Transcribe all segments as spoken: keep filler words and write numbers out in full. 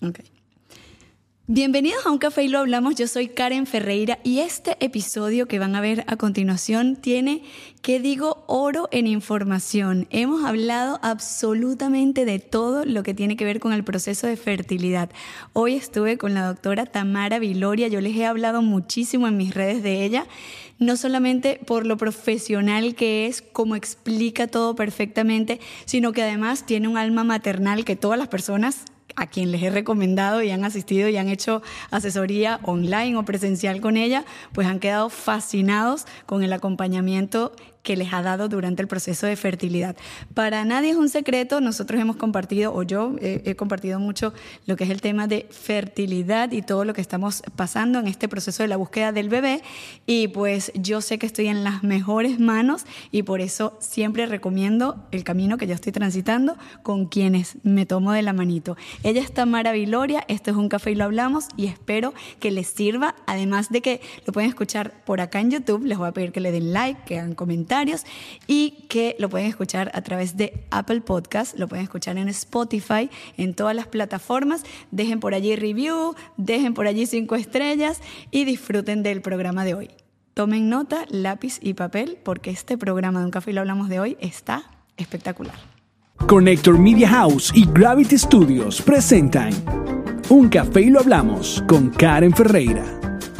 Okay. Bienvenidos a Un Café y lo hablamos, yo soy Karen Ferreira y este episodio que van a ver a continuación tiene, ¿qué digo? Oro en información. Hemos hablado absolutamente de todo lo que tiene que ver con el proceso de fertilidad. Hoy estuve con la doctora Tamara Viloria, yo les he hablado muchísimo en mis redes de ella, no solamente por lo profesional que es, cómo explica todo perfectamente, sino que además tiene un alma maternal que todas las personas a quien les he recomendado y han asistido y han hecho asesoría online o presencial con ella, pues han quedado fascinados con el acompañamiento que les ha dado durante el proceso de fertilidad. Para nadie es un secreto, nosotros hemos compartido, o yo he, he compartido mucho lo que es el tema de fertilidad y todo lo que estamos pasando en este proceso de la búsqueda del bebé, y pues yo sé que estoy en las mejores manos y por eso siempre recomiendo el camino que yo estoy transitando con quienes me tomo de la manito. Ella es Tamara Viloria, esto es Un Café y lo hablamos y espero que les sirva, además de que lo pueden escuchar por acá en YouTube, les voy a pedir que le den like, que hagan comentarios y que lo pueden escuchar a través de Apple Podcast, lo pueden escuchar en Spotify, en todas las plataformas. Dejen por allí review, dejen por allí cinco estrellas y disfruten del programa de hoy. Tomen nota, lápiz y papel, porque este programa de Un Café y lo hablamos de hoy está espectacular. Connector Media House y Gravity Studios presentan Un Café y lo hablamos con Karen Ferreira.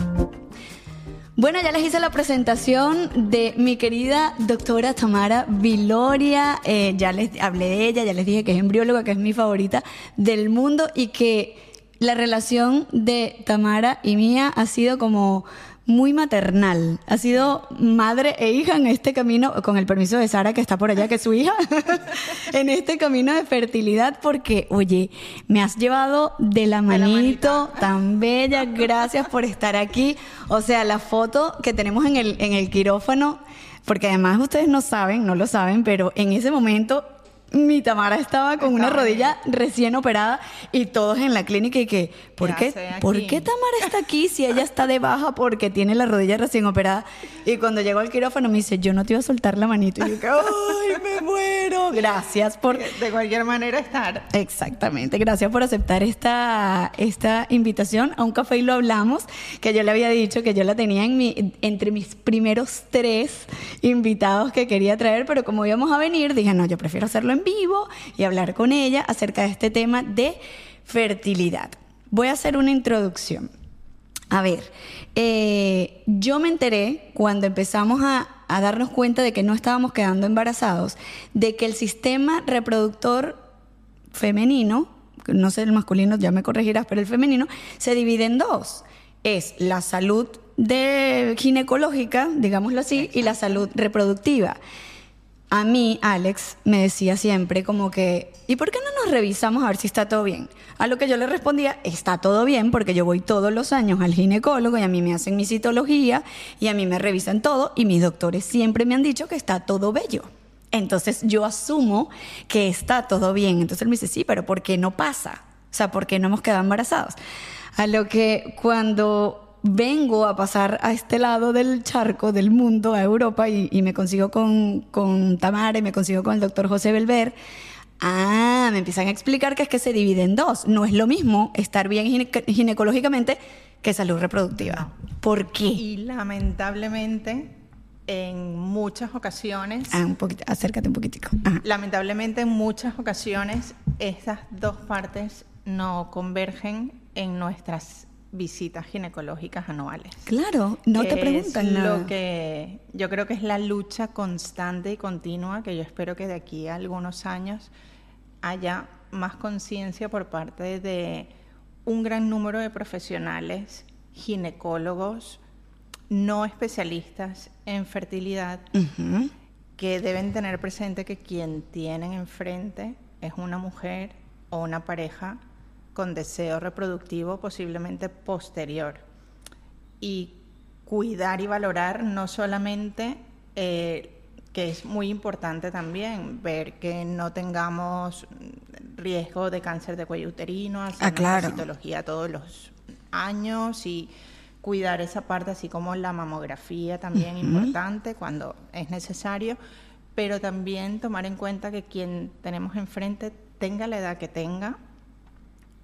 Bueno, ya les hice la presentación de mi querida doctora Tamara Viloria, eh, ya les hablé de ella, ya les dije que es embrióloga, que es mi favorita del mundo y que la relación de Tamara y mía ha sido como muy maternal, ha sido madre e hija en este camino, con el permiso de Sara que está por allá, que es su hija, en este camino de fertilidad, porque oye, me has llevado de la manito, tan bella, gracias por estar aquí. O sea, la foto que tenemos en el, en el quirófano, porque además ustedes no saben, no lo saben, pero en ese momento mi Tamara estaba con una rodilla recién operada y todos en la clínica y que, ¿por qué, ¿por qué Tamara está aquí si ella está de baja porque tiene la rodilla recién operada? Y cuando llegó al quirófano me dice, yo no te iba a soltar la manito. Y yo que, ¡ay, me muero! Gracias por... De cualquier manera estar. Exactamente, gracias por aceptar esta, esta invitación a Un Café y lo hablamos, que yo le había dicho que yo la tenía en mi, entre mis primeros tres invitados que quería traer, pero como íbamos a venir, dije, no, yo prefiero hacerlo en vivo y hablar con ella acerca de este tema de fertilidad. Voy a hacer una introducción. A ver, eh, yo me enteré cuando empezamos a, a darnos cuenta de que no estábamos quedando embarazados, de que el sistema reproductor femenino, no sé el masculino, ya me corregirás, pero el femenino se divide en dos. Es la salud de ginecológica, digámoslo así, exacto, y la salud reproductiva. A mí, Alex me decía siempre como que, ¿y por qué no nos revisamos a ver si está todo bien? A lo que yo le respondía, está todo bien porque yo voy todos los años al ginecólogo y a mí me hacen mi citología y a mí me revisan todo y mis doctores siempre me han dicho que está todo bello. Entonces yo asumo que está todo bien. Entonces él me dice, sí, pero ¿por qué no pasa? O sea, ¿por qué no hemos quedado embarazados? A lo que cuando vengo a pasar a este lado del charco, del mundo, a Europa, y, y me consigo con, con Tamara y me consigo con el doctor José Belver, ah, me empiezan a explicar que es que se divide en dos. No es lo mismo estar bien gine- ginecológicamente que salud reproductiva. ¿Por qué? Y lamentablemente, en muchas ocasiones... Ah, un poquito, acércate un poquitico. Ajá. Lamentablemente, en muchas ocasiones, estas dos partes no convergen en nuestras visitas ginecológicas anuales. Claro, no te preguntan es nada. Lo que yo creo que es la lucha constante y continua, que yo espero que de aquí a algunos años haya más conciencia por parte de un gran número de profesionales, ginecólogos, no especialistas en fertilidad, uh-huh, que deben tener presente que quien tienen enfrente es una mujer o una pareja con deseo reproductivo posiblemente posterior, y cuidar y valorar no solamente, eh, que es muy importante también, ver que no tengamos riesgo de cáncer de cuello uterino, hacer ah, claro. citología todos los años y cuidar esa parte, así como la mamografía también, uh-huh, importante cuando es necesario, pero también tomar en cuenta que quien tenemos enfrente, tenga la edad que tenga,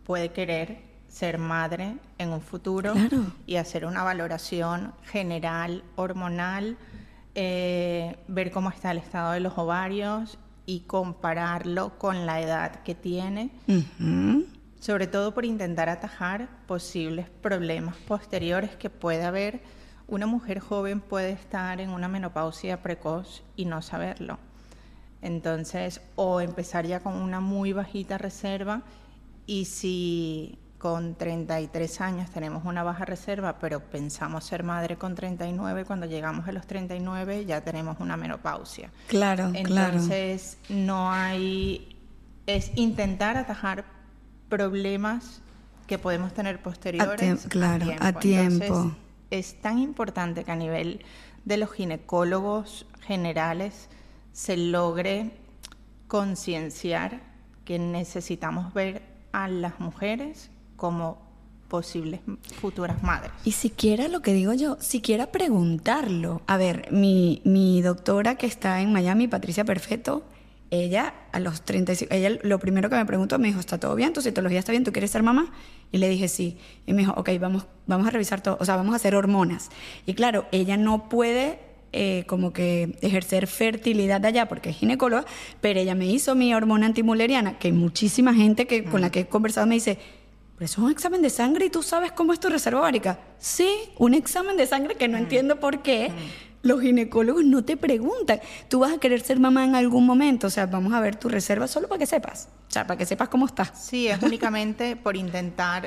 puede querer ser madre en un futuro, claro, y hacer una valoración general hormonal, eh, ver cómo está el estado de los ovarios y compararlo con la edad que tiene, uh-huh. sobre todo por intentar atajar posibles problemas posteriores que puede haber. Una mujer joven puede estar en una menopausia precoz y no saberlo. Entonces, o empezar ya con una muy bajita reserva, y si con treinta y tres años tenemos una baja reserva, pero pensamos ser madre con treinta y nueve, cuando llegamos a los treinta y nueve ya tenemos una menopausia. Claro, claro. Entonces, no hay... es intentar atajar problemas que podemos tener posteriores a tiempo, claro, a tiempo. A tiempo. Entonces, es tan importante que a nivel de los ginecólogos generales se logre concienciar que necesitamos ver a las mujeres como posibles futuras madres. Y siquiera, lo que digo yo, siquiera preguntarlo. A ver, mi, mi doctora que está en Miami, Patricia Perfetto, ella a los treinta y cinco, ella lo primero que me preguntó, me dijo, ¿está todo bien? ¿Tu citología está bien? ¿Tú quieres ser mamá? Y le dije sí. Y me dijo, ok, vamos, vamos a revisar todo, o sea, vamos a hacer hormonas. Y claro, ella no puede eh, como que ejercer fertilidad allá porque es ginecóloga, pero ella me hizo mi hormona antimuleriana, que muchísima gente que, mm. con la que he conversado me dice, pero eso es un examen de sangre y tú sabes cómo es tu reserva ovárica. Sí, un examen de sangre que no mm. entiendo por qué. Mm. Los ginecólogos no te preguntan, ¿tú vas a querer ser mamá en algún momento? O sea, vamos a ver tu reserva solo para que sepas, o sea, para que sepas cómo estás. Sí, es únicamente por intentar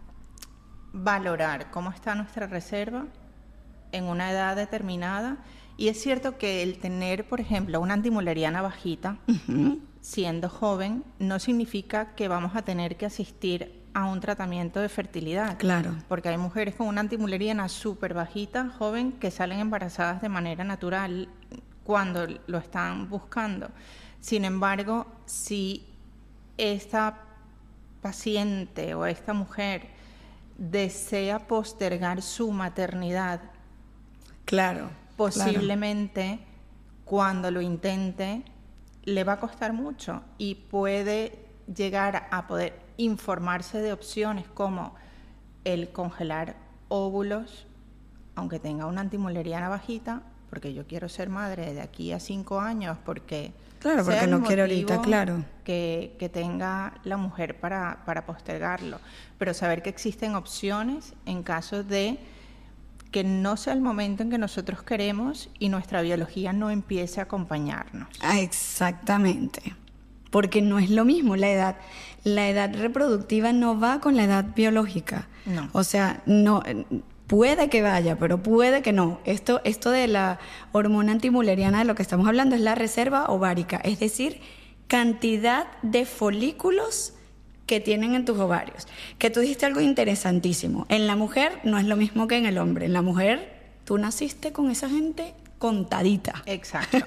valorar cómo está nuestra reserva en una edad determinada. Y es cierto que el tener, por ejemplo, una antimuleriana bajita, uh-huh. siendo joven, no significa que vamos a tener que asistir a un tratamiento de fertilidad. Claro. Porque hay mujeres con una antimuleriana súper bajita, joven, que salen embarazadas de manera natural cuando lo están buscando. Sin embargo, si esta paciente o esta mujer desea postergar su maternidad, claro, posiblemente claro. cuando lo intente le va a costar mucho y puede llegar a poder informarse de opciones como el congelar óvulos, aunque tenga una antimuleriana bajita, porque yo quiero ser madre de aquí a cinco años, porque claro, porque no quiero ahorita, claro, que, que tenga la mujer para, para postergarlo, pero saber que existen opciones en caso de que no sea el momento en que nosotros queremos y nuestra biología no empiece a acompañarnos. Ah, exactamente. Porque no es lo mismo la edad. La edad reproductiva no va con la edad biológica. No. O sea, no, puede que vaya, pero puede que no. Esto, esto de la hormona antimuleriana de lo que estamos hablando es la reserva ovárica, es decir, cantidad de folículos que tienen en tus ovarios. Que tú dijiste algo interesantísimo. En la mujer no es lo mismo que en el hombre. En la mujer, tú naciste con esa gente contadita. Exacto.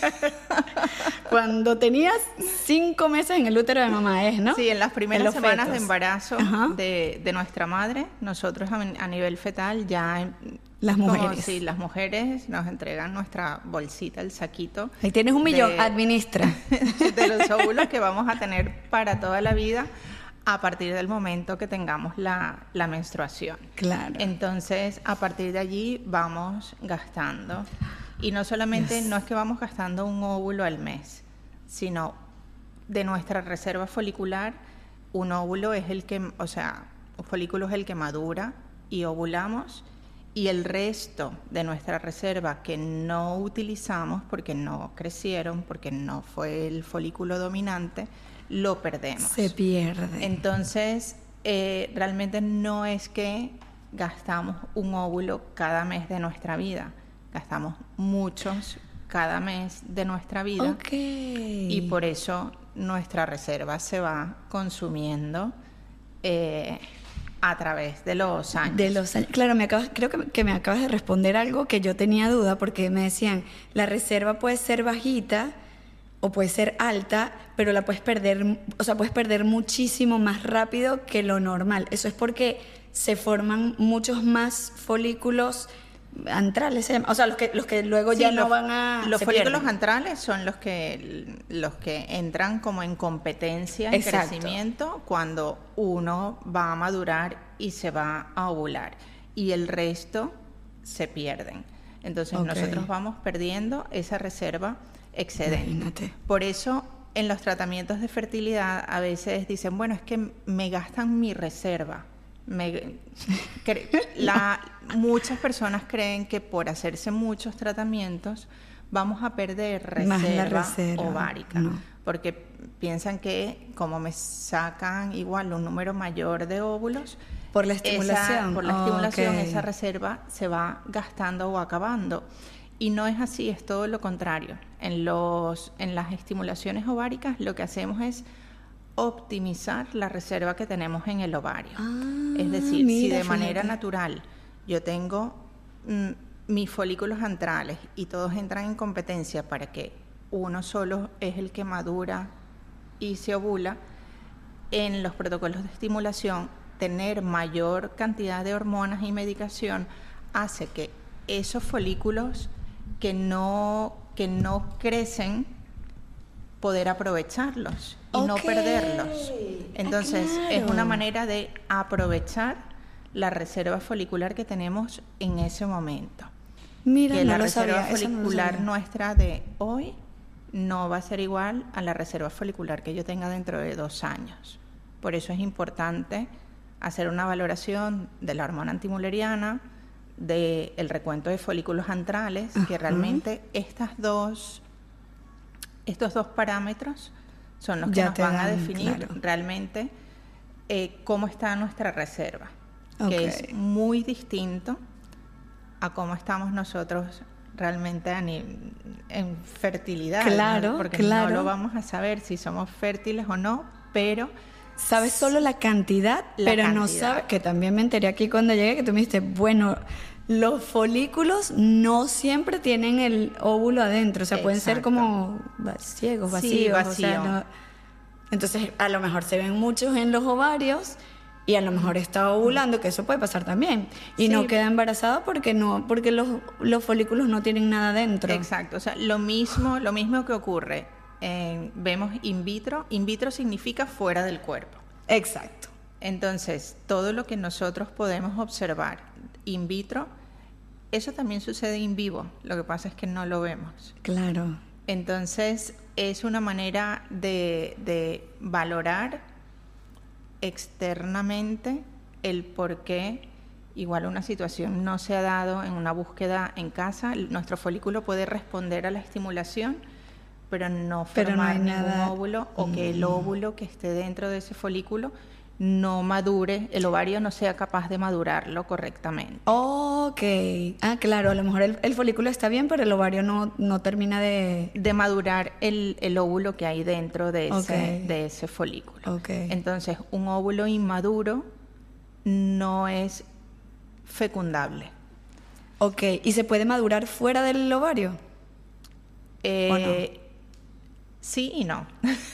Cuando tenías cinco meses en el útero de mamá, ¿es, no? Sí, en las primeras en semanas fetos. de embarazo de, de nuestra madre, nosotros a, a nivel fetal ya... Las mujeres. No, sí, las mujeres nos entregan nuestra bolsita, el saquito. Ahí tienes un millón, de, administra. De los óvulos que vamos a tener para toda la vida a partir del momento que tengamos la, la menstruación. Claro. Entonces, a partir de allí vamos gastando. Y no solamente, yes. no es que vamos gastando un óvulo al mes, sino de nuestra reserva folicular, un óvulo es el que, o sea, un folículo es el que madura y ovulamos, y el resto de nuestra reserva que no utilizamos porque no crecieron, porque no fue el folículo dominante, lo perdemos. Se pierde. Entonces, eh, realmente no es que gastamos un óvulo cada mes de nuestra vida, gastamos muchos cada mes de nuestra vida. Okay. Y por eso nuestra reserva se va consumiendo eh, a través de los años. De los años. Claro, me acabas, creo que, que me acabas de responder algo que yo tenía duda, porque me decían, la reserva puede ser bajita o puede ser alta, pero la puedes perder, o sea, puedes perder muchísimo más rápido que lo normal. Eso es porque se forman muchos más folículos antrales se llama, o sea, los que los que luego Sí, ya los, no van a los se folículos pierden. antrales son los que los que entran como en competencia, en Exacto. crecimiento, cuando uno va a madurar y se va a ovular, y el resto se pierden. Entonces Ok. nosotros vamos perdiendo esa reserva excedente. Imagínate. Por eso en los tratamientos de fertilidad a veces dicen, bueno, es que me gastan mi reserva. Me, cre- la, muchas personas creen que por hacerse muchos tratamientos vamos a perder Más la reserva, reserva. ovárica, No. porque piensan que como me sacan igual un número mayor de óvulos, Por la esa- estimulación. por la estimulación Ok. esa reserva se va gastando o acabando. Y no es así, es todo lo contrario. En, los, en las estimulaciones ováricas lo que hacemos es optimizar la reserva que tenemos en el ovario. Ah, Es decir, si mira, de manera fíjate. natural yo tengo mm, mis folículos antrales y todos entran en competencia para que uno solo es el que madura y se ovula, en los protocolos de estimulación tener mayor cantidad de hormonas y medicación hace que esos folículos que no, que no crecen, poder aprovecharlos y no Ok. perderlos. Ah, Entonces, es claro. una manera de aprovechar la reserva folicular que tenemos en ese momento. Mira, que no la lo reserva sabía, eso no lo folicular sabía. nuestra de hoy no va a ser igual a la reserva folicular que yo tenga dentro de dos años. Por eso es importante hacer una valoración de la hormona antimuleriana, del recuento de folículos antrales, que Ajá. realmente estas dos, estos dos parámetros son los que Ya nos te van a dan, definir claro. realmente eh, cómo está nuestra reserva, Ok. que es muy distinto a cómo estamos nosotros realmente a ni- en fertilidad, ¿no? Claro, porque claro. no lo vamos a saber si somos fértiles o no, pero Sabes solo la cantidad, La pero no cantidad. sabes, que también me enteré aquí cuando llegué, que tú me dijiste, bueno, los folículos no siempre tienen el óvulo adentro, o sea, pueden ser Exacto. como va- ciegos, Sí, vacíos, o sea, vacío. no- entonces a lo mejor se ven muchos en los ovarios y a lo mejor está ovulando, que eso puede pasar también, y Sí. no queda embarazada porque no, porque los, los folículos no tienen nada dentro. exacto, o sea, lo mismo, lo mismo que ocurre, en- vemos in vitro, in vitro significa fuera del cuerpo. Exacto. Entonces, todo lo que nosotros podemos observar in vitro, eso también sucede in vivo, lo que pasa es que no lo vemos. Claro. Entonces, es una manera de, de valorar externamente el por qué igual una situación no se ha dado en una búsqueda en casa. Nuestro folículo puede responder a la estimulación, pero no Pero no formar hay ningún nada. óvulo, o que el óvulo que esté dentro de ese folículo no madure, el ovario no sea capaz de madurarlo correctamente. Ok. Ah, claro, a lo mejor el, el folículo está bien, pero el ovario no, no termina de... De madurar el, el óvulo que hay dentro de ese, Ok. de ese folículo. Ok. Entonces, un óvulo inmaduro no es fecundable. Ok, ¿y se puede madurar fuera del ovario? Eh, Sí y no.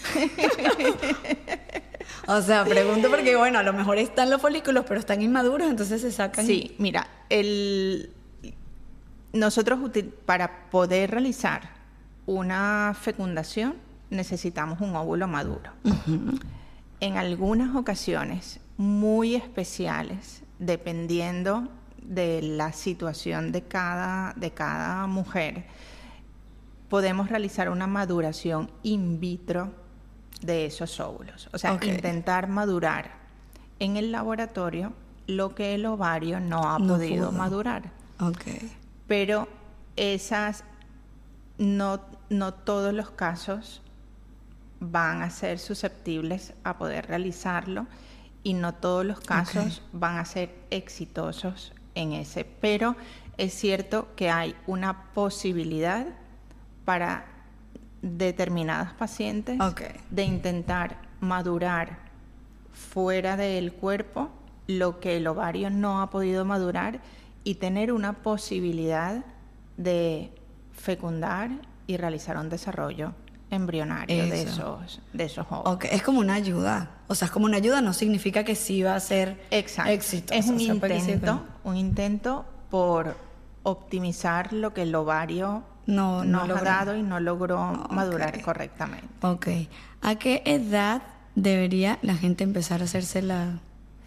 O sea, pregunto porque, bueno, a lo mejor están los folículos, pero están inmaduros, entonces se sacan... Sí, mira, el, nosotros util- para poder realizar una fecundación necesitamos un óvulo maduro. En algunas ocasiones muy especiales, dependiendo de la situación de cada, de cada mujer, podemos realizar una maduración in vitro de esos óvulos. O sea, Ok. intentar madurar en el laboratorio lo que el ovario no ha No podido pudo. madurar. Ok. Pero esas, no, no todos los casos van a ser susceptibles a poder realizarlo y no todos los casos van a ser exitosos en ese. Pero es cierto que hay una posibilidad para determinadas pacientes Ok. de intentar madurar fuera del cuerpo lo que el ovario no ha podido madurar y tener una posibilidad de fecundar y realizar un desarrollo embrionario de Eso. esos, de esos óvulos. Ok, es como una ayuda. O sea, es como una ayuda, no significa que sí va a ser Exacto. exitoso. Es un o sea, puede que sí, intento, pero- un intento por optimizar lo que el ovario no, no nos logró. ha dado y no logró Okay. madurar correctamente. Ok. ¿A qué edad debería la gente empezar a hacerse la...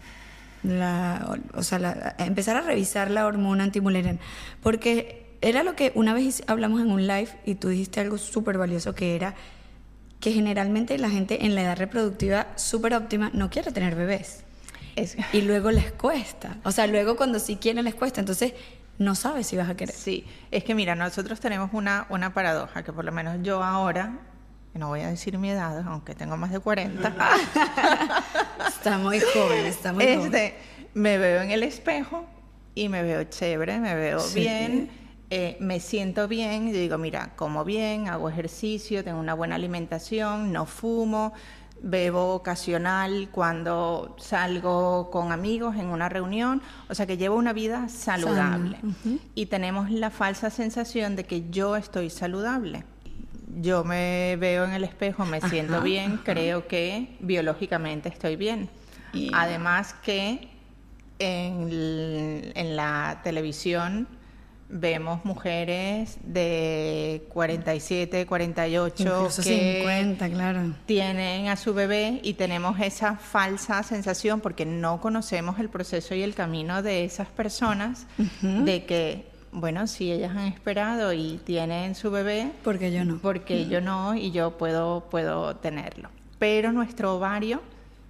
la o sea, la, empezar a revisar la hormona antimulleriana? Porque era lo que una vez hablamos en un live y tú dijiste algo súper valioso, que era que generalmente la gente en la edad reproductiva súper óptima no quiere tener bebés. Es... Y luego les cuesta. O sea, luego cuando sí quieren les cuesta. Entonces, no sabes si vas a querer. Sí, es que mira, nosotros tenemos una, una paradoja, que por lo menos yo ahora, no voy a decir mi edad, aunque tengo más de cuarenta. Está muy joven, está muy este, joven. Me veo en el espejo y me veo chévere, me veo Sí. bien, eh, me siento bien, y digo, mira, como bien, hago ejercicio, tengo una buena alimentación, no fumo, bebo ocasional cuando salgo con amigos en una reunión, o sea que llevo una vida saludable. Sana. Uh-huh. Y tenemos la falsa sensación de que yo estoy saludable. Yo me veo en el espejo, me siento Ajá, bien, ajá. creo que biológicamente estoy bien. Yeah. Además que en, l- en la televisión vemos mujeres de cuarenta y siete, cuarenta y ocho Incluso que cincuenta, claro. tienen a su bebé y tenemos esa falsa sensación porque no conocemos el proceso y el camino de esas personas, Ujú. de que, bueno, si ellas han esperado y tienen su bebé, Porque yo no. porque yo no y yo puedo, puedo tenerlo. Pero nuestro ovario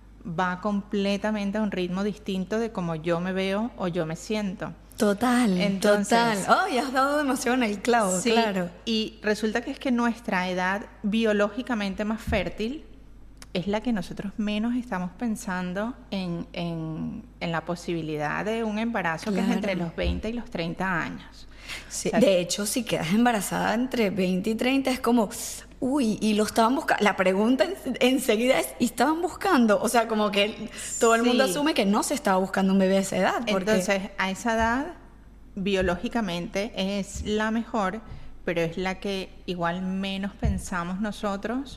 va completamente a un ritmo distinto de como yo me veo o yo me siento. Total, Entonces- total. Oh, ya has dado demasiado en el clavo, Sí, claro. y resulta que es que nuestra edad biológicamente más fértil es la que nosotros menos estamos pensando en, en, en la posibilidad de un embarazo, que es Claro. entre los veinte y los treinta años. Sí, O sea, de hecho, si quedas embarazada entre veinte y treinta, es como, uy, y lo estaban buscando. La pregunta en- enseguida es, ¿y estaban buscando? O sea, como que todo el mundo Sí. asume que no se estaba buscando un bebé a esa edad. Porque... Entonces, a esa edad, biológicamente es la mejor, pero es la que igual menos pensamos nosotros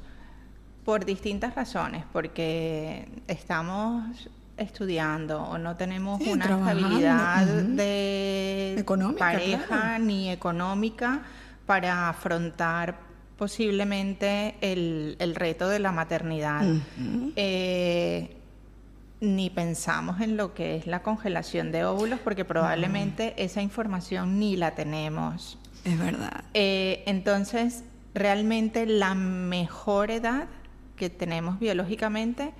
por distintas razones, porque estamos estudiando o no tenemos Sí, una trabajando, estabilidad ujú. de Económica, pareja claro. ni económica para afrontar posiblemente el, el reto de la maternidad. Ujú. Eh, ni pensamos en lo que es la congelación de óvulos, porque probablemente esa información ni la tenemos. Es verdad. Eh, entonces, realmente la mejor edad que tenemos biológicamente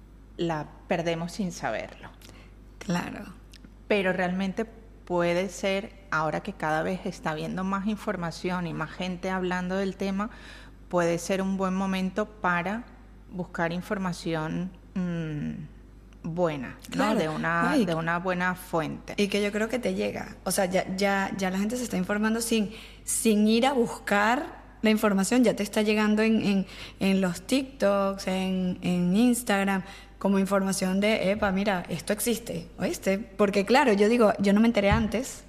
la perdemos sin saberlo. Claro. Pero realmente puede ser, ahora que cada vez está habiendo más información y más gente hablando del tema, puede ser un buen momento para buscar información mmm, buena, ¿no? Claro. De una, Ay, de una buena fuente. Y que yo creo que te llega. O sea, ya, ya, ya la gente se está informando sin, sin ir a buscar la información, ya te está llegando en, en, en los TikToks, en, en Instagram, como información de, epa, mira, esto existe, ¿oíste? Porque claro, yo digo, yo no me enteré antes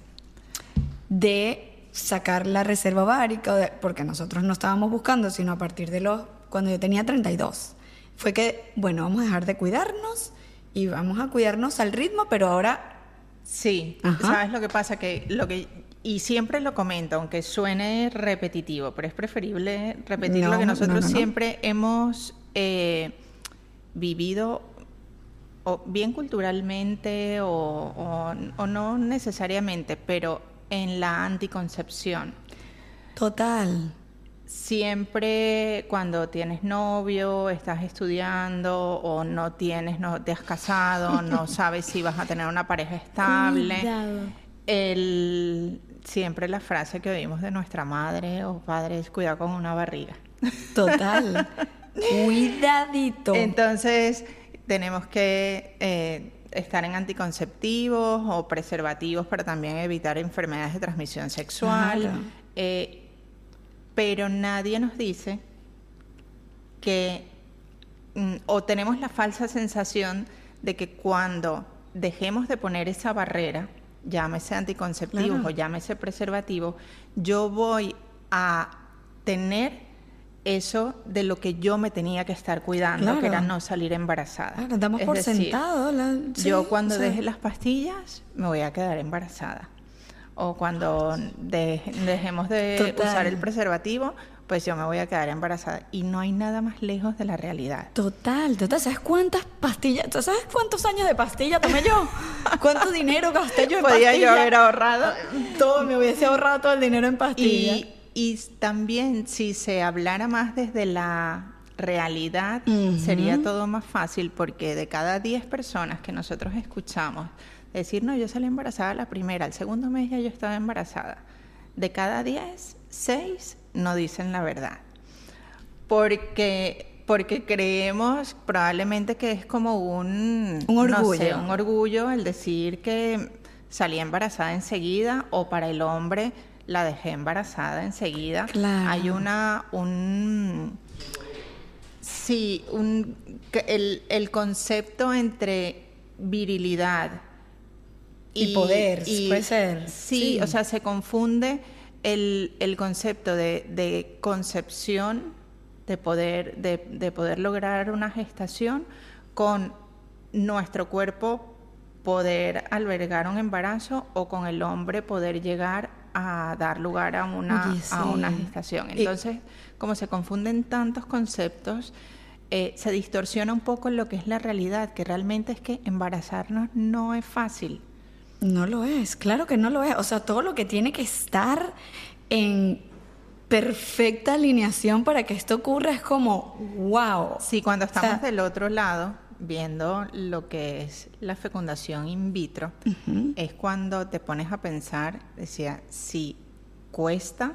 de sacar la reserva ovárica, de- porque nosotros no estábamos buscando, sino a partir de los, cuando yo tenía treinta y dos. Fue que, bueno, vamos a dejar de cuidarnos y vamos a cuidarnos al ritmo, pero ahora... Sí, Ajá. ¿sabes lo que pasa? Que lo que y siempre lo comento, aunque suene repetitivo, pero es preferible repetir No, lo que nosotros no, no, no. siempre hemos eh, vivido, o bien culturalmente o, o- o no necesariamente, pero en la anticoncepción. Total. Siempre cuando tienes novio, estás estudiando o no tienes, no te has casado, no sabes si vas a tener una pareja estable. Cuidado. El, siempre la frase que oímos de nuestra madre o padre es cuidado con una barriga. Total. Cuidadito. Entonces tenemos que eh, estar en anticonceptivos o preservativos para también evitar enfermedades de transmisión sexual. Claro. Eh, pero nadie nos dice que mm, o tenemos la falsa sensación de que cuando dejemos de poner esa barrera, llámese anticonceptivos Claro. o llámese preservativo, yo voy a tener eso de lo que yo me tenía que estar cuidando, Claro. que era no salir embarazada. Claro, damos Es por decir, sentado. la- sí, yo cuando o sea, deje las pastillas me voy a quedar embarazada. o cuando de, dejemos de Total. usar el preservativo, pues yo me voy a quedar embarazada. Y no hay nada más lejos de la realidad. Total, total. ¿Sabes cuántas pastillas? ¿Tú sabes cuántos años de pastilla tomé yo? ¿Cuánto dinero gasté yo en Podía pastillas? yo haber ahorrado. Todo, me hubiese ahorrado todo el dinero en pastillas. Y, y también si se hablara más desde la realidad, uh-huh. sería todo más fácil, porque de cada diez personas que nosotros escuchamos decir, no, yo salí embarazada la primera, al segundo mes ya yo estaba embarazada, de cada diez, seis no dicen la verdad. Porque, porque creemos probablemente que es como un, un orgullo. No sé, un orgullo el decir que salí embarazada enseguida, o para el hombre la dejé embarazada enseguida. Claro. Hay una, un, sí, un, el, el concepto entre virilidad y, y poder, y, puede ser. Sí, sí, o sea, se confunde el, el concepto de, de concepción, de poder, de, de poder lograr una gestación, con nuestro cuerpo poder albergar un embarazo, o con el hombre poder llegar a dar lugar a una, Oye, sí. a una gestación. Entonces, y, como se confunden tantos conceptos, eh, se distorsiona un poco lo que es la realidad, que realmente es que embarazarnos no es fácil. No lo es, claro que no lo es. O sea, todo lo que tiene que estar en perfecta alineación para que esto ocurra es como, wow. Sí, cuando estamos o sea, del otro lado, viendo lo que es la fecundación in vitro, uh-huh. es cuando te pones a pensar, decía, si cuesta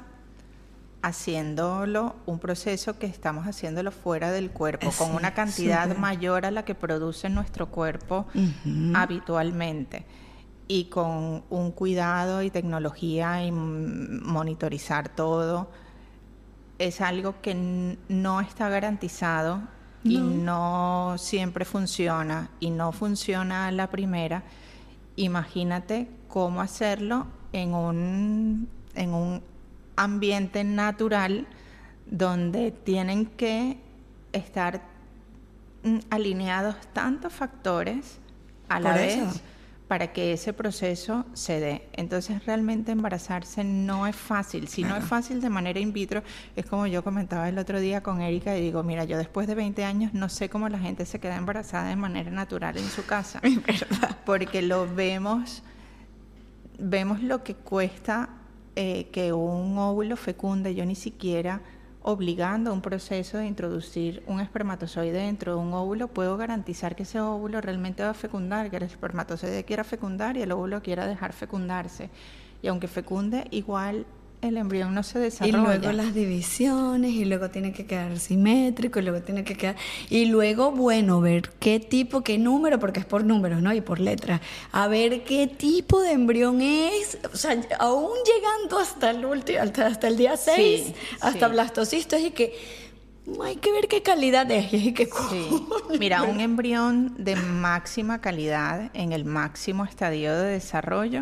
haciéndolo, un proceso que estamos haciéndolo fuera del cuerpo, sí, con una cantidad super. mayor a la que produce nuestro cuerpo uh-huh. habitualmente, y con un cuidado y tecnología y monitorizar todo, es algo que n- no está garantizado. No. Y no siempre funciona, y no funciona a la primera. Imagínate cómo hacerlo en un, en un ambiente natural donde tienen que estar mm, alineados tantos factores a la Por vez eso. para que ese proceso se dé. Entonces, realmente embarazarse no es fácil. Si claro. no es fácil de manera in vitro, es como yo comentaba el otro día con Erika, y digo, mira, yo después de veinte años no sé cómo la gente se queda embarazada de manera natural en su casa. Es verdad. Porque lo vemos, vemos lo que cuesta eh, que un óvulo fecunde. Yo ni siquiera, obligando a un proceso de introducir un espermatozoide dentro de un óvulo, puedo garantizar que ese óvulo realmente va a fecundar, que el espermatozoide quiera fecundar y el óvulo quiera dejar fecundarse. Y aunque fecunde, igual el embrión no se desarrolla. Y luego las divisiones, y luego tiene que quedar simétrico, y luego tiene que quedar... Y luego, bueno, ver qué tipo, qué número, porque es por números, ¿no? Y por letras. A ver qué tipo de embrión es. O sea, aún llegando hasta el último, hasta, hasta el día seis, sí, hasta sí. blastocistos, y que hay que ver qué calidad es. Y que, sí. Mira, un embrión de máxima calidad, en el máximo estadio de desarrollo,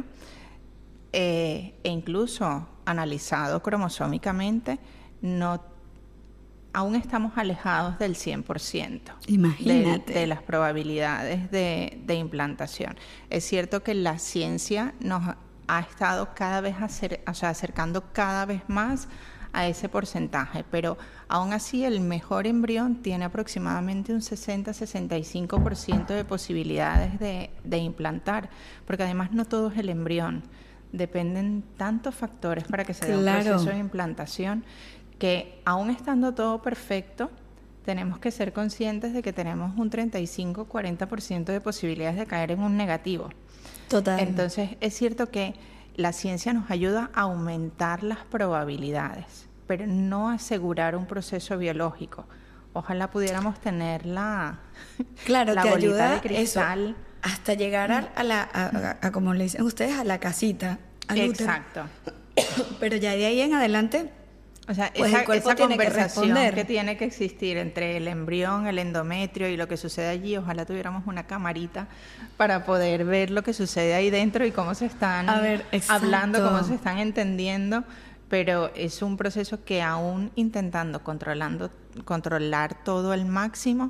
eh, e incluso analizado cromosómicamente, no, aún estamos alejados del cien por ciento. Imagínate. De, de las probabilidades de, de implantación. Es cierto que la ciencia nos ha estado cada vez acer, o sea, acercando cada vez más a ese porcentaje, pero aún así el mejor embrión tiene aproximadamente un sesenta a sesenta y cinco por ciento de posibilidades de, de implantar, porque además no todo es el embrión. Dependen tantos factores para que se dé claro. un proceso de implantación, que aún estando todo perfecto, tenemos que ser conscientes de que tenemos un treinta y cinco a cuarenta por ciento de posibilidades de caer en un negativo. Total. Entonces, es cierto que la ciencia nos ayuda a aumentar las probabilidades, pero no asegurar un proceso biológico. Ojalá pudiéramos tener la, claro, la te bolita ayuda de cristal. Eso. Hasta llegar a, a la, a, a, a, como le dicen ustedes, a la casita, al Exacto. útero. Pero ya de ahí en adelante, o sea, pues esa, el cuerpo esa tiene conversación que responder. que tiene que existir entre el embrión, el endometrio y lo que sucede allí, ojalá tuviéramos una camarita para poder ver lo que sucede ahí dentro y cómo se están a ver, hablando, cómo se están entendiendo, pero es un proceso que aún intentando controlando, controlar todo al máximo,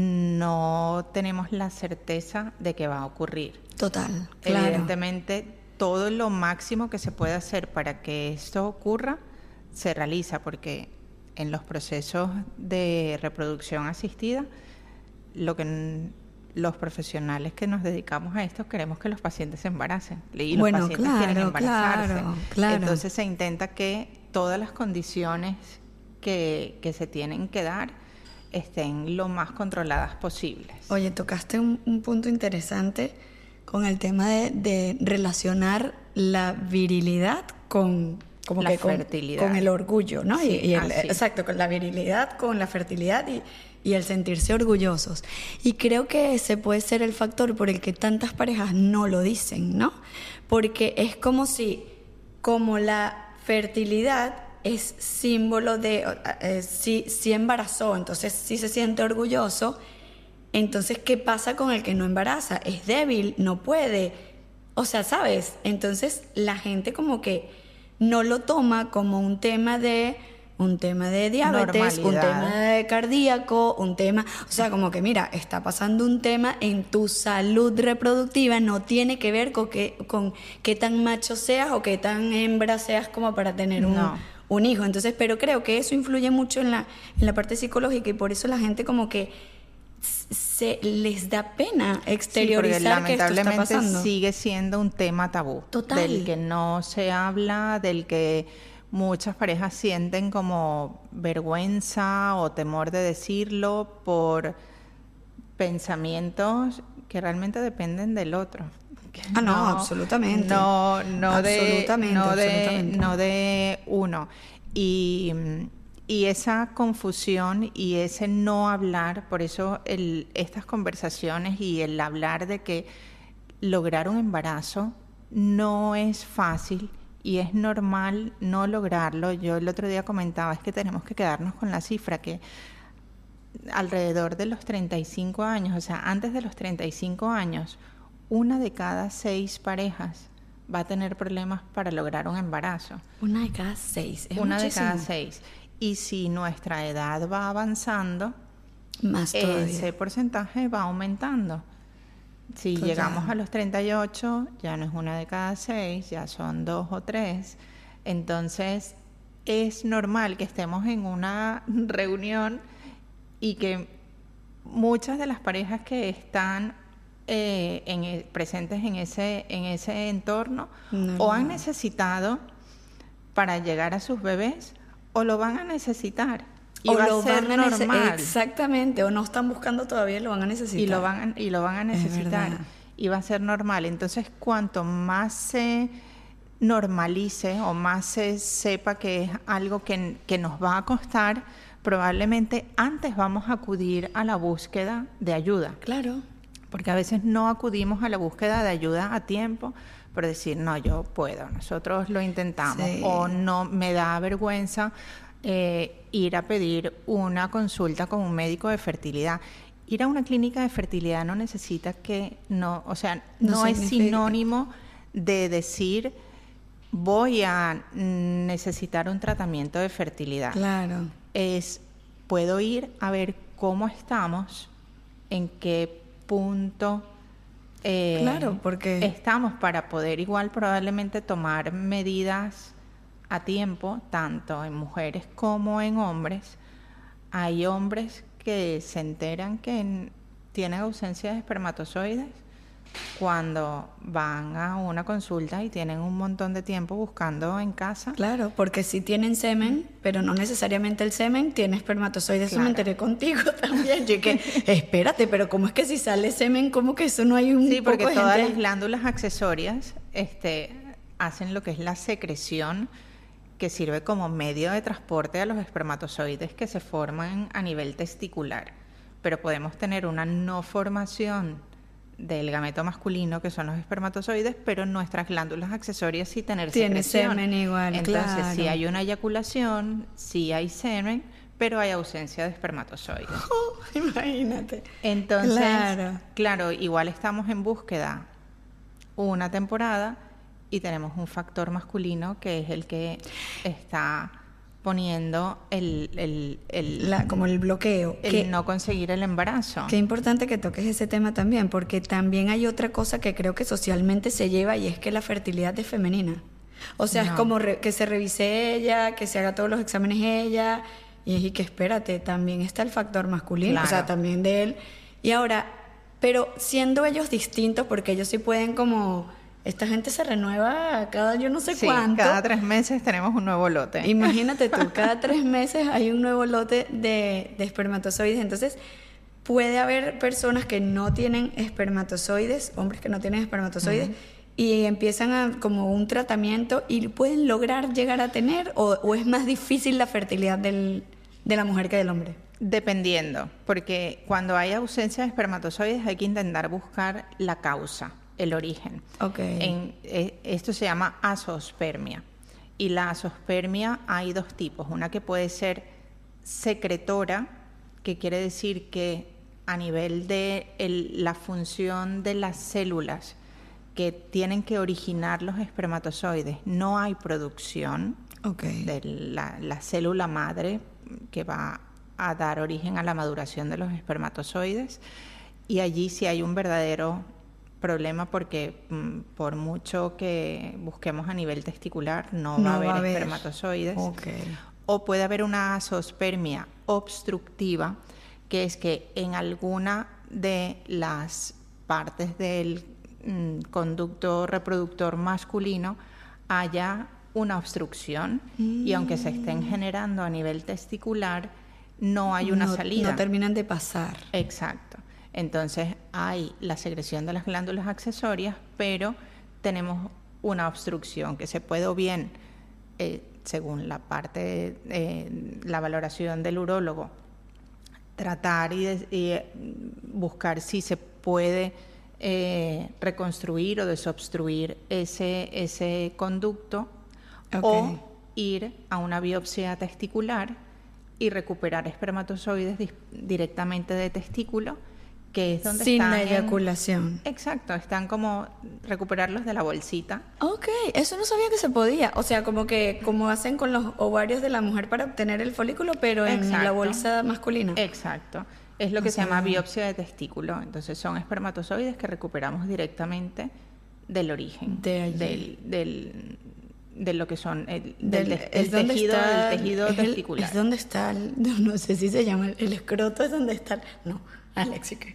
no tenemos la certeza de que va a ocurrir. Total, claro. Evidentemente todo lo máximo que se puede hacer para que esto ocurra se realiza, porque en los procesos de reproducción asistida, lo que n- los profesionales que nos dedicamos a esto queremos que los pacientes se embaracen. Y los Bueno, pacientes claro, quieren embarazarse. claro, claro. Entonces se intenta que todas las condiciones que, que se tienen que dar estén lo más controladas posibles. Oye, tocaste un, un punto interesante con el tema de, de relacionar la virilidad con, como La que con, fertilidad. con el orgullo, ¿no? Sí, y, y el, así. exacto, con la virilidad, con la fertilidad y, y el sentirse orgullosos. Y creo que ese puede ser el factor por el que tantas parejas no lo dicen, ¿no? Porque es como si, como la fertilidad es símbolo de, eh, si, si embarazó, entonces si se siente orgulloso. Entonces, ¿qué pasa con el que no embaraza? Es débil, no puede. O sea, ¿sabes? Entonces, la gente como que no lo toma como un tema de un tema de diabetes, un Normalidad. tema de cardíaco, un tema, o sea, como que mira, está pasando un tema en tu salud reproductiva, no tiene que ver con qué, con qué tan macho seas o qué tan hembra seas como para tener un, No. un hijo. Entonces, pero creo que eso influye mucho en la, en la parte psicológica y por eso la gente como que se les da pena exteriorizar sí, que porque esto está lamentablemente pasando. sigue siendo un tema tabú. Total. Del que no se habla, del que muchas parejas sienten como vergüenza o temor de decirlo por pensamientos que realmente dependen del otro. Que Ah, no, absolutamente. No, no de, Absolutamente, no de, absolutamente. no de uno. Y, y esa confusión y ese no hablar, por eso el, estas conversaciones y el hablar de que lograr un embarazo no es fácil y es normal no lograrlo. Yo el otro día comentaba, es que tenemos que quedarnos con la cifra que alrededor de los treinta y cinco años, o sea, antes de los treinta y cinco años, una de cada seis parejas va a tener problemas para lograr un embarazo. Una de cada seis. Es Una muchísimo. de cada seis. Y si nuestra edad va avanzando, Más todavía. ese porcentaje va aumentando. Si Total. llegamos a los treinta y ocho, ya no es una de cada seis, ya son dos o tres. Entonces, es normal que estemos en una reunión y que muchas de las parejas que están eh, en el- presentes en ese, en ese entorno No, o han no. necesitado para llegar a sus bebés o lo van a necesitar. Y o va lo a ser van a nece- normal. Exactamente, o no están buscando todavía y lo van a necesitar. Y lo van a, y lo van a Es necesitar. verdad. Y va a ser normal. Entonces, cuanto más se normalice o más se sepa que es algo que, que nos va a costar, probablemente antes vamos a acudir a la búsqueda de ayuda. Claro. Porque a veces no acudimos a la búsqueda de ayuda a tiempo por decir, no, yo puedo, nosotros lo intentamos. Sí. O no, me da vergüenza eh, ir a pedir una consulta con un médico de fertilidad. Ir a una clínica de fertilidad no necesita que, no, o sea, No no, es significa- sinónimo de decir, voy a necesitar un tratamiento de fertilidad. Claro. Es, puedo ir a ver cómo estamos, en qué punto eh, Claro, porque- estamos para poder igual probablemente tomar medidas a tiempo, tanto en mujeres como en hombres. Hay hombres que se enteran que en- tienen ausencia de espermatozoides cuando van a una consulta y tienen un montón de tiempo buscando en casa. Claro, porque sí tienen semen, pero no necesariamente el semen tiene espermatozoides. Eso me Claro. enteré contigo también. Yo que, espérate, pero ¿cómo es que si sale semen, cómo que eso no hay un Sí, porque poco de todas gente? las glándulas accesorias este, hacen lo que es la secreción, que sirve como medio de transporte a los espermatozoides que se forman a nivel testicular. Pero podemos tener una no formación del gameto masculino, que son los espermatozoides, pero nuestras glándulas accesorias sí tener Tiene secreción. semen igual, Entonces, claro. sí hay una eyaculación, sí hay semen, pero hay ausencia de espermatozoides. Imagínate. Entonces, Claro. claro. igual estamos en búsqueda una temporada y tenemos un factor masculino que es el que está poniendo el, el, el, La, como el bloqueo. el que, no conseguir el embarazo. Qué importante que toques ese tema también, porque también hay otra cosa que creo que socialmente se lleva y es que la fertilidad es femenina. O sea, no. es como re, que se revise ella, que se haga todos los exámenes ella, y es y que espérate, también está el factor masculino, claro. o sea, también de él. Y ahora, pero siendo ellos distintos, porque ellos sí pueden como... Esta gente se renueva cada yo no sé sí, cuánto. cada tres meses tenemos un nuevo lote. Imagínate tú, cada tres meses hay un nuevo lote de, de espermatozoides. Entonces, puede haber personas que no tienen espermatozoides, hombres que no tienen espermatozoides, uh-huh. y empiezan a, como un tratamiento y pueden lograr llegar a tener, o, o es más difícil la fertilidad del, de la mujer que del hombre. Dependiendo, porque cuando hay ausencia de espermatozoides hay que intentar buscar la causa. El origen. Okay. En, eh, esto se llama azoospermia. Y la azoospermia hay dos tipos. Una que puede ser secretora, que quiere decir que a nivel de el, la función de las células que tienen que originar los espermatozoides, no hay producción okay. de la, la célula madre que va a dar origen a la maduración de los espermatozoides. Y allí sí hay un verdadero problema porque mm, por mucho que busquemos a nivel testicular no, no va a haber, va a haber. espermatozoides. Okay. O puede haber una azoospermia obstructiva, que es que en alguna de las partes del mm, conducto reproductor masculino haya una obstrucción mm. y aunque se estén generando a nivel testicular no hay una no, salida. No terminan de pasar. Exacto. Entonces hay la secreción de las glándulas accesorias, pero tenemos una obstrucción que se puede o bien, eh, según la parte, eh, la valoración del urólogo, tratar y, de, y buscar si se puede eh, reconstruir o desobstruir ese, ese conducto, okay. o ir a una biopsia testicular y recuperar espermatozoides di- directamente de testículo, que es donde sin están la eyaculación. En, exacto, están como recuperarlos de la bolsita. Ok, eso no sabía que se podía. O sea, como que como hacen con los ovarios de la mujer para obtener el folículo, pero exacto. en la bolsa masculina. Exacto, es lo que o se sea... llama biopsia de testículo. Entonces son espermatozoides que recuperamos directamente del origen, de allí. del, del de lo que son el, del, del, el tejido, está, del tejido es testicular. El, es donde está, el, no, no sé si se llama, el escroto es donde está, el, no, Alexi, ¿qué?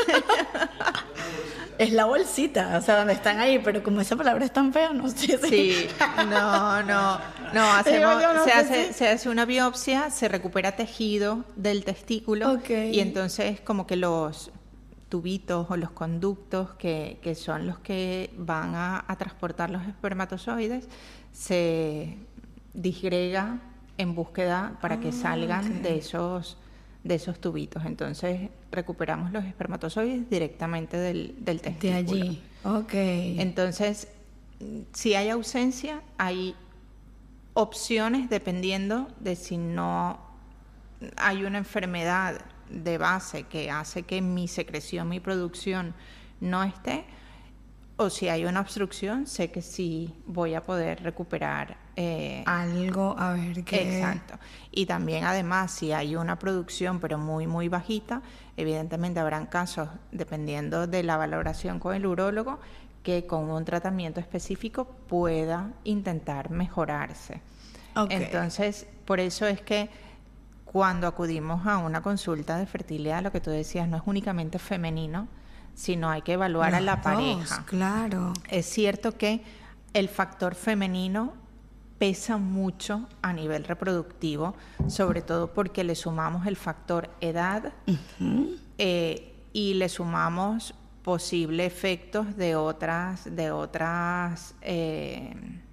Es la bolsita, o sea, donde están ahí, pero como esa palabra es tan fea, no sé si... Sí, no, no, no, hacemos, no se, hace, si... se hace una biopsia, se recupera tejido del testículo, okay. y entonces como que los tubitos o los conductos que, que son los que van a, a transportar los espermatozoides se disgrega en búsqueda para oh, que salgan okay. de esos de esos tubitos. Entonces recuperamos los espermatozoides directamente del, del testículo. De allí, ok. Entonces, si hay ausencia, hay opciones dependiendo de si no hay una enfermedad de base que hace que mi secreción, mi producción no esté, o si hay una obstrucción, sé que sí voy a poder recuperar eh, algo, a ver qué. Exacto. Y también, además, si hay una producción, pero muy, muy bajita, evidentemente habrán casos, dependiendo de la valoración con el urólogo, que con un tratamiento específico pueda intentar mejorarse. Okay. Entonces, por eso es que cuando acudimos a una consulta de fertilidad, lo que tú decías, no es únicamente femenino, sino hay que evaluar Los a la dos, pareja. Claro. Es cierto que el factor femenino pesa mucho a nivel reproductivo, sobre todo porque le sumamos el factor edad uh-huh. eh, y le sumamos posibles efectos de otras, de otras eh,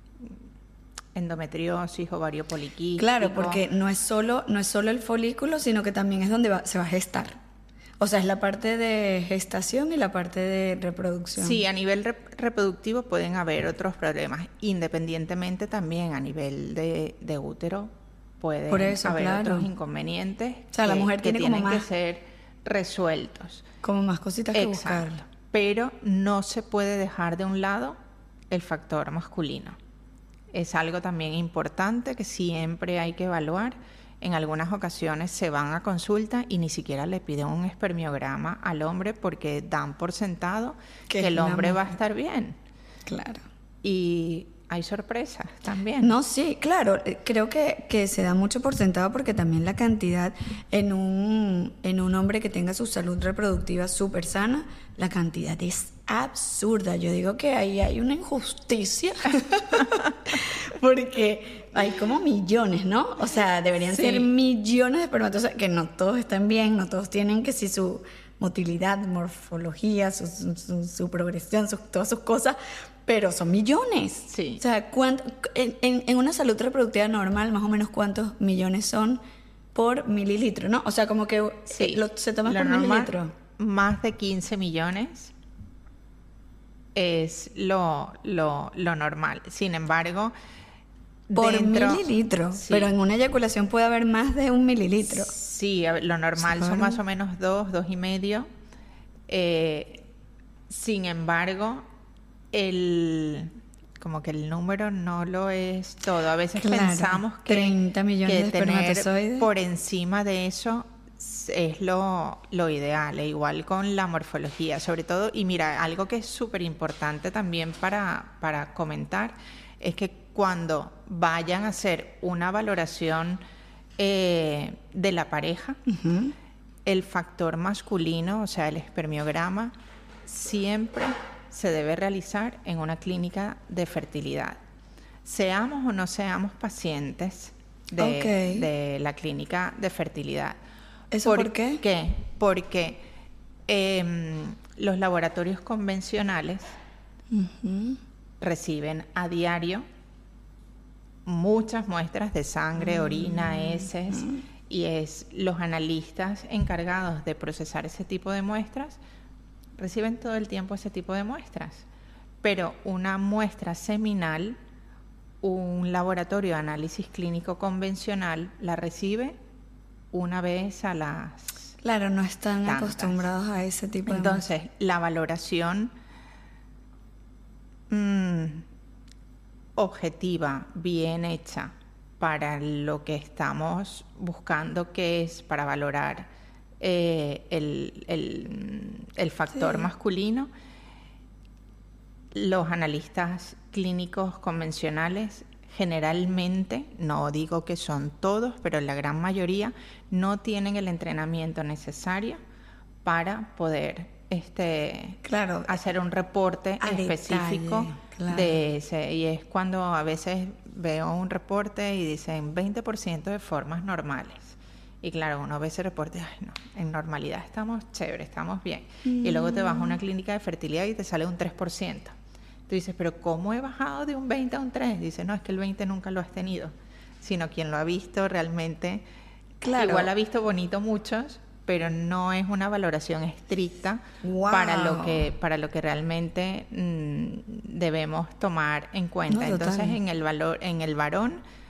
endometriosis, ovario poliquístico. Claro, porque no es solo, no es solo el folículo, sino que también es donde va, se va a gestar. O sea, es la parte de gestación y la parte de reproducción. Sí, a nivel rep- reproductivo pueden haber otros problemas. Independientemente también a nivel de, de útero pueden Por eso, haber claro. otros inconvenientes o sea, que, la mujer que tiene tienen como más, que ser resueltos. Como más cositas que Exacto. buscar. Pero no se puede dejar de un lado el factor masculino. es algo también importante que siempre hay que evaluar. En algunas ocasiones se van a consulta y ni siquiera le piden un espermiograma al hombre porque dan por sentado que, que el hombre va a estar bien. Claro. Y hay sorpresas también. No, sí, claro. Creo que, que se da mucho por sentado porque también la cantidad en un, en un hombre que tenga su salud reproductiva súper sana, la cantidad es absurda. Yo digo que ahí hay una injusticia porque hay como millones, ¿no? O sea, deberían sí. ser millones de espermatozoides, que no todos están bien, no todos tienen que si su motilidad, morfología, su, su, su progresión, su, todas sus cosas, pero son millones. Sí. O sea, ¿cuánto, en, en, en una salud reproductiva normal, más o menos cuántos millones son por mililitro, ¿no? O sea, como que sí. lo, se toma lo por normal, mililitro. Más de quince millones es lo, lo, lo normal. Sin embargo, por dentro, mililitro, sí. pero en una eyaculación puede haber más de un mililitro. Sí, lo normal son más o menos dos, dos y medio. Eh, sin embargo, el como que el número no lo es todo. A veces claro, pensamos que, treinta millones que de tener espermatozoides por encima de eso es lo, lo ideal, e igual con la morfología, sobre todo. Y mira, algo que es súper importante también para, para comentar es que cuando vayan a hacer una valoración eh, de la pareja, uh-huh. el factor masculino, o sea, el espermiograma, siempre se debe realizar en una clínica de fertilidad. Seamos o no seamos pacientes de, okay. de la clínica de fertilidad. ¿Eso por, por qué? qué? Porque eh, los laboratorios convencionales uh-huh. reciben a diario muchas muestras de sangre, uh-huh. orina, heces, uh-huh. y es los analistas encargados de procesar ese tipo de muestras reciben todo el tiempo ese tipo de muestras. Pero una muestra seminal, un laboratorio de análisis clínico convencional la recibe una vez a las Claro, no están tantas. acostumbrados a ese tipo de Entonces, muestras. la valoración mmm, objetiva, bien hecha, para lo que estamos buscando, que es para valorar eh, el, el, el factor sí. masculino, los analistas clínicos convencionales generalmente, no digo que son todos, pero la gran mayoría no tienen el entrenamiento necesario para poder este, claro, hacer un reporte específico detalle, claro. de ese. Y es cuando a veces veo un reporte y dicen veinte por ciento de formas normales. Y claro, uno ve ese reporte, ay no, en normalidad estamos chévere, estamos bien. Mm. Y luego te vas a una clínica de fertilidad y te sale un tres por ciento. Tú dices, pero ¿cómo he bajado de un veinte a un tres? Dice, no, es que el veinte nunca lo has tenido, sino quien lo ha visto realmente, claro. igual ha visto bonito muchos, pero no es una valoración estricta wow. para lo que para lo que realmente mmm, debemos tomar en cuenta. No, entonces, en el valor, en el varón,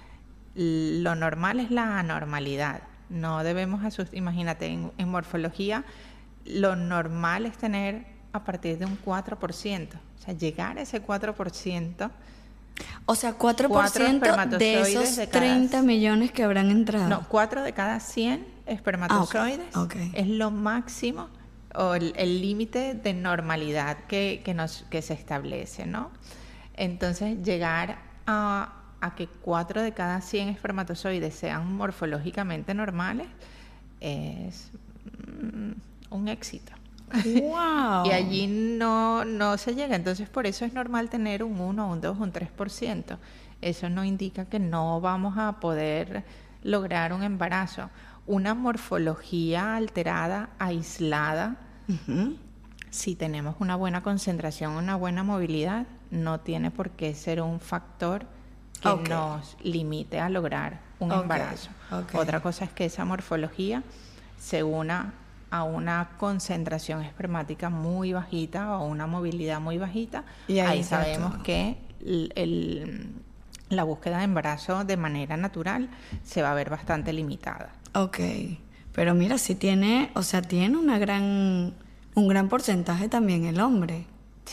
lo normal es la anormalidad. No debemos asustar. Imagínate, en, en morfología, lo normal es tener a partir de un cuatro por ciento. O sea, llegar a ese cuatro por ciento. O sea, cuatro por ciento de esos de cada, treinta millones que habrán entrado. No, cuatro de cada cien espermatozoides ah, okay. Okay. es lo máximo o el límite de normalidad que, que, nos, que se establece, ¿no? Entonces, llegar a, a que cuatro de cada cien espermatozoides sean morfológicamente normales es mm, un éxito. Wow. Y allí no, no se llega. Entonces, por eso es normal tener un uno, un dos, un tres por ciento. Eso no indica que no vamos a poder lograr un embarazo. Una morfología alterada, aislada, uh-huh. si tenemos una buena concentración, una buena movilidad, no tiene por qué ser un factor que okay. nos limite a lograr un okay. embarazo. Okay. Otra cosa es que esa morfología se una a una concentración espermática muy bajita o una movilidad muy bajita, y ahí, ahí sabemos todo. que el, el, la búsqueda de embarazo de manera natural se va a ver bastante limitada. Ok, pero mira, sí tiene, o sea, tiene una gran, un gran porcentaje también el hombre. Sí.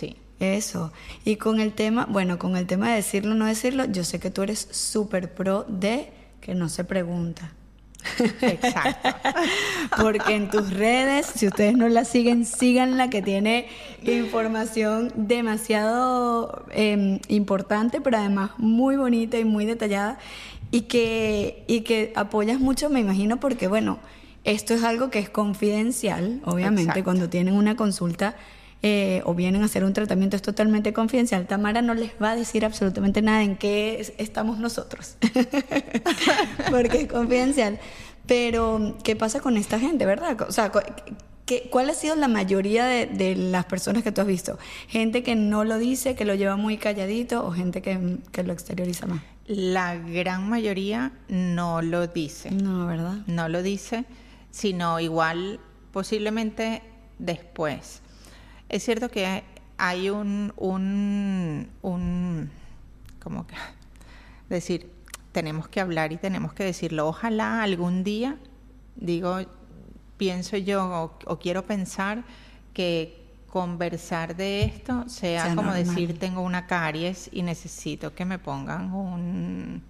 Eso. Y con el tema, bueno, con el tema de decirlo o no decirlo, yo sé que tú eres súper pro de que no se pregunta. Exacto. Porque en tus redes, si ustedes no la siguen, síganla, que tiene información demasiado eh, importante, pero además muy bonita y muy detallada, y que, y que apoyas mucho, me imagino, porque bueno, esto es algo que es confidencial, obviamente. Exacto. Cuando tienen una consulta eh, o vienen a hacer un tratamiento es totalmente confidencial. Tamara no les va a decir absolutamente nada en qué estamos nosotros, porque es confidencial. Pero, ¿qué pasa con esta gente, verdad? O sea, ¿qué, ¿cuál ha sido la mayoría de, de las personas que tú has visto? ¿Gente que no lo dice, que lo lleva muy calladito, o gente que, que lo exterioriza más? La gran mayoría no lo dice. No, ¿verdad? No lo dice, sino igual posiblemente después. Es cierto que hay un, un, un como que decir, tenemos que hablar y tenemos que decirlo. Ojalá algún día, digo, pienso yo o, o quiero pensar que conversar de esto sea, sea como normal. Decir, tengo una caries y necesito que me pongan un...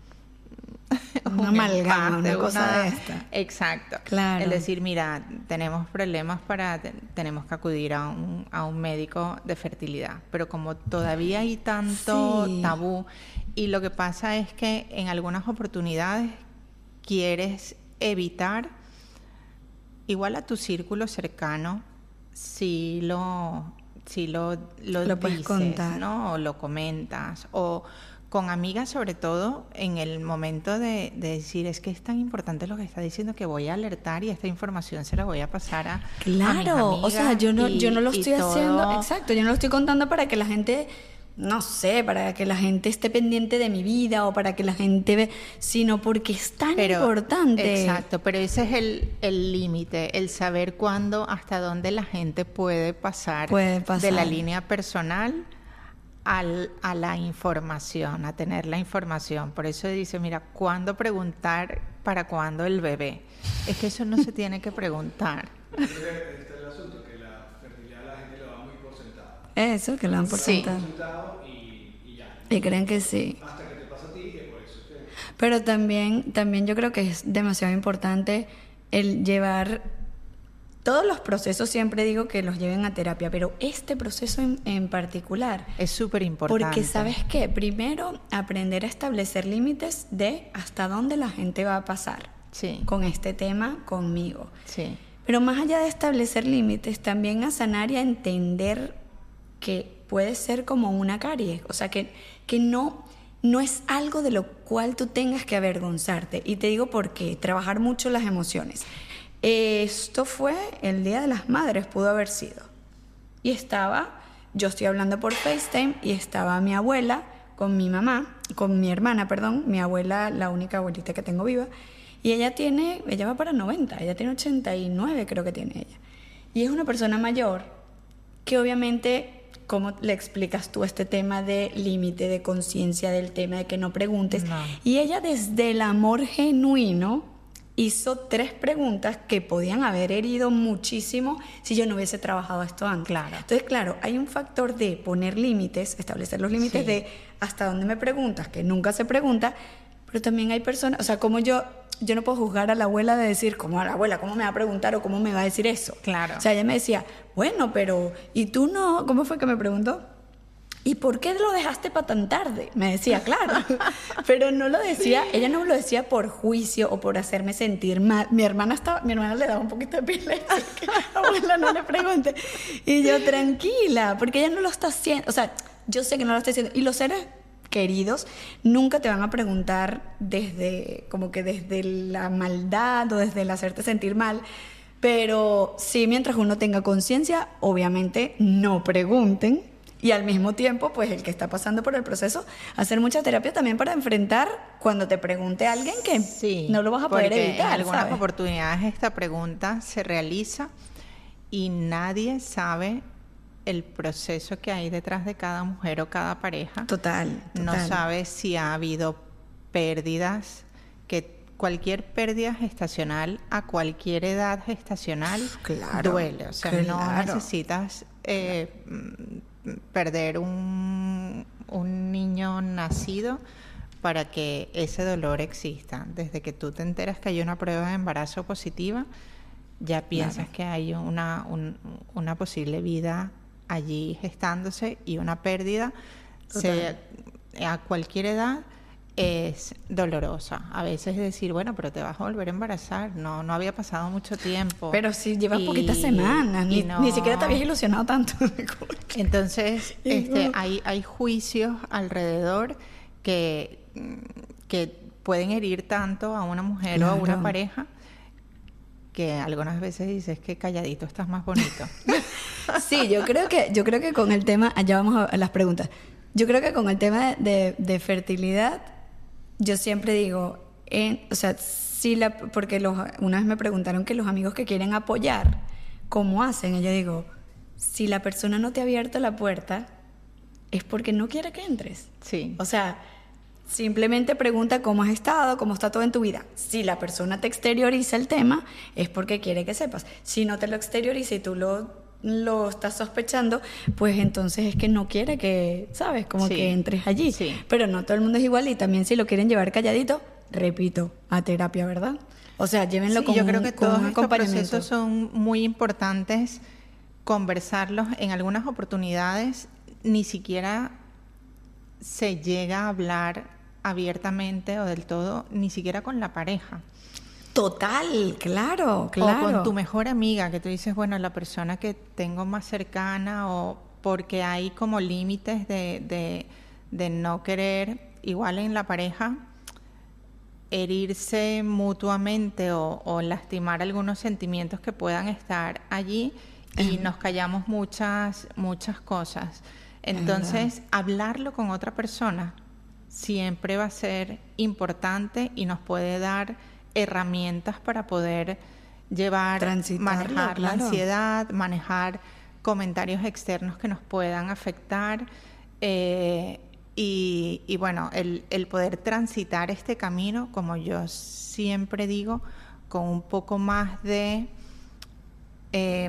una amalgama, una cosa una, de esta. Exacto. Claro. Es decir, mira, tenemos problemas para... tenemos que acudir a un, a un médico de fertilidad. Pero como todavía hay tanto sí. tabú, y lo que pasa es que en algunas oportunidades quieres evitar, igual a tu círculo cercano, si lo, si lo, lo, lo dices, puedes contar, ¿no? O lo comentas, o con amigas sobre todo, en el momento de, de decir, es que es tan importante lo que está diciendo que voy a alertar y esta información se la voy a pasar a, claro, a mis amigas. O sea, yo no, y, yo no lo estoy todo... haciendo, exacto, yo no lo estoy contando para que la gente... no sé, para que la gente esté pendiente de mi vida o para que la gente ve, sino porque es tan pero, importante. Exacto, pero ese es el el límite, el saber cuándo, hasta dónde la gente puede pasar, puede pasar. de la línea personal al, a la información, a tener la información. Por eso dice, mira, ¿cuándo preguntar para cuándo el bebé? Es que eso no se tiene que preguntar. Este es el asunto, que la fertilidad la gente lo da muy por sentado. Eso, que lo dan por sí. sentado. Y, y ya. Y creen que sí. Hasta que te pasa a ti, y por eso que... Pero también, también yo creo que es demasiado importante el llevar... Todos los procesos siempre digo que los lleven a terapia, pero este proceso en, en particular... es súper importante. Porque, ¿sabes qué? Primero, aprender a establecer límites de hasta dónde la gente va a pasar sí. con este tema conmigo. Sí. Pero más allá de establecer límites, también a sanar y a entender que puede ser como una caries. O sea, que, que no, no es algo de lo cual tú tengas que avergonzarte. Y te digo por qué. Trabajar mucho las emociones. Esto fue el Día de las Madres, pudo haber sido. Y estaba, yo estoy hablando por FaceTime, y estaba mi abuela con mi mamá, con mi hermana, perdón, mi abuela, la única abuelita que tengo viva, y ella tiene, ella va para noventa, ella tiene ochenta y nueve creo que tiene ella. Y es una persona mayor que obviamente, ¿cómo le explicas tú este tema de límite, de conciencia del tema, de que no preguntes? No. Y ella desde el amor genuino hizo tres preguntas que podían haber herido muchísimo si yo no hubiese trabajado esto antes. Claro. Entonces, claro, hay un factor de poner límites, establecer los límites sí. de hasta dónde me preguntas, que nunca se pregunta, pero también hay personas, o sea, como yo, yo no puedo juzgar a la abuela de decir, como a la abuela, ¿cómo me va a preguntar o cómo me va a decir eso? Claro. O sea, ella me decía, bueno, pero, ¿y tú no? ¿Cómo fue que me preguntó? ¿Y por qué lo dejaste para tan tarde? Me decía, claro. Pero no lo decía, ella no lo decía por juicio o por hacerme sentir mal. Mi hermana estaba, mi hermana le daba un poquito de pila y decía que abuela no le pregunte. Y yo, tranquila, porque ella no lo está haciendo. O sea, yo sé que no lo está haciendo. Y los seres queridos nunca te van a preguntar desde, como que desde la maldad o desde el hacerte sentir mal. Pero sí, mientras uno tenga conciencia, obviamente no pregunten. Y al mismo tiempo, pues el que está pasando por el proceso, hacer mucha terapia también para enfrentar cuando te pregunte a alguien que sí, no lo vas a poder evitar. En algunas ¿sabes? oportunidades esta pregunta se realiza y nadie sabe el proceso que hay detrás de cada mujer o cada pareja. Total, total. No sabe si ha habido pérdidas, que cualquier pérdida gestacional a cualquier edad gestacional claro, duele. O sea, claro. no necesitas... Eh, perder un, un niño nacido para que ese dolor exista. Desde que tú te enteras que hay una prueba de embarazo positiva, ya piensas claro. que hay una, un, una posible vida allí gestándose, y una pérdida se, a cualquier edad es dolorosa. A veces decir, bueno, pero te vas a volver a embarazar. No, no había pasado mucho tiempo. Pero si llevas y, poquitas semanas, ni, no, ni siquiera te habías ilusionado tanto. Entonces, este, hay, hay juicios alrededor que, que pueden herir tanto a una mujer claro. o a una pareja, que algunas veces dices que calladito estás más bonito. Sí, yo creo que, yo creo que con el tema, allá vamos a, a las preguntas. Yo creo que con el tema de, de fertilidad, yo siempre digo, en, o sea, si la, porque los, una vez me preguntaron que los amigos que quieren apoyar, ¿cómo hacen? Y yo digo, si la persona no te ha abierto la puerta, es porque no quiere que entres. Sí. O sea, simplemente pregunta cómo has estado, cómo está todo en tu vida. Si la persona te exterioriza el tema, es porque quiere que sepas. Si no te lo exterioriza y tú lo, lo estás sospechando, pues entonces es que no quiere que, ¿sabes? Como sí. que entres allí. Sí. Pero no todo el mundo es igual, y también si lo quieren llevar calladito, repito, a terapia, ¿verdad? O sea, llévenlo sí, con yo creo un, que con todos un estos acompañamiento. procesos son muy importantes conversarlos. En algunas oportunidades ni siquiera se llega a hablar abiertamente o del todo, ni siquiera con la pareja. Total, claro, claro. O con tu mejor amiga, que tú dices, bueno, la persona que tengo más cercana, o porque hay como límites de, de, de no querer, igual en la pareja, herirse mutuamente o, o lastimar algunos sentimientos que puedan estar allí, y uh-huh. nos callamos muchas, muchas cosas. Entonces, hablarlo con otra persona siempre va a ser importante y nos puede dar herramientas para poder llevar, manejar claro. la ansiedad, manejar comentarios externos que nos puedan afectar, eh, y, y bueno, el, el poder transitar este camino, como yo siempre digo, con un poco más de eh,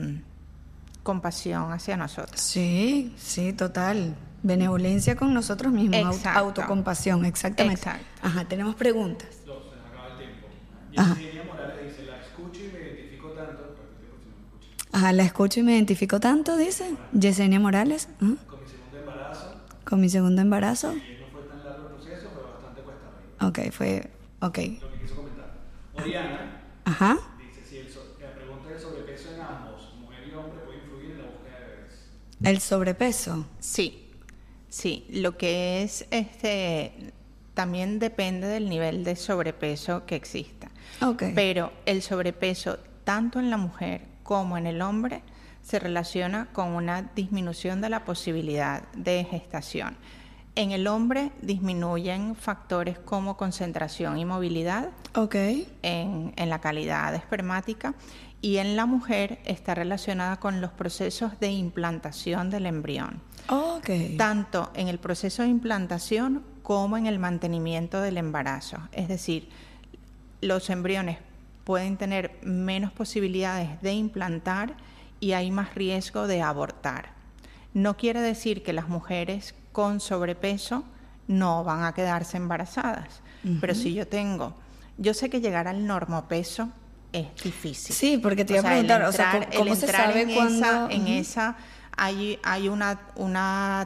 compasión hacia nosotros. Sí, sí, total. Benevolencia con nosotros mismos, Exacto. autocompasión, exactamente. Exacto. Ajá, tenemos preguntas. No, se nos acaba el tiempo. Ajá. Yesenia Morales dice, la escucho y me identifico tanto. Ajá, la escucho y me identifico tanto, dice Yesenia Morales. ¿Ah? Con mi segundo embarazo. Con mi segundo embarazo. Y no fue tan largo el proceso, fue bastante cuesta arriba. Ok, fue, ok. Lo que quiso comentar. Oriana. Ajá. Dice, si el so la pregunta del sobrepeso en ambos, mujer y hombre, puede influir en la búsqueda de bebés. ¿El sobrepeso? Sí. Sí, lo que es, este, también depende del nivel de sobrepeso que exista. Okay. Pero el sobrepeso, tanto en la mujer como en el hombre, se relaciona con una disminución de la posibilidad de gestación. En el hombre disminuyen factores como concentración y movilidad, okay. en, en la calidad espermática, y en la mujer está relacionada con los procesos de implantación del embrión. Okay. Tanto en el proceso de implantación como en el mantenimiento del embarazo. Es decir, los embriones pueden tener menos posibilidades de implantar y hay más riesgo de abortar. No quiere decir que las mujeres con sobrepeso no van a quedarse embarazadas, uh-huh. pero si yo tengo, yo sé que llegar al normopeso es difícil. Sí, porque te iba a preguntar, o sea, ¿cómo, cómo se sabe en cuándo? Esa, en uh-huh. esa hay, hay una, una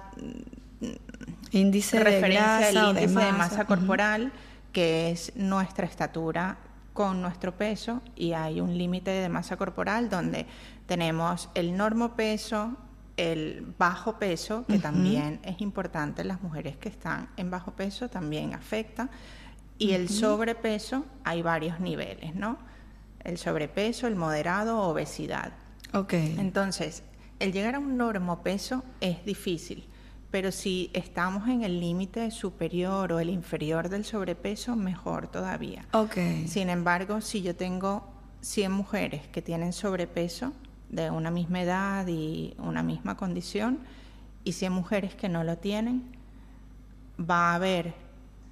índice referencia de grasa del índice de masa, de masa corporal, uh-huh. que es nuestra estatura con nuestro peso, y hay un límite de masa corporal donde tenemos el normopeso, el bajo peso, que uh-huh. también es importante en las mujeres que están en bajo peso, también afecta, y uh-huh. el sobrepeso, hay varios niveles, ¿no? El sobrepeso, el moderado, obesidad. Okay. Entonces, el llegar a un normopeso es difícil, pero si estamos en el límite superior o el inferior del sobrepeso, mejor todavía. Okay. Sin embargo, si yo tengo cien mujeres que tienen sobrepeso de una misma edad y una misma condición, y cien mujeres que no lo tienen, va a haber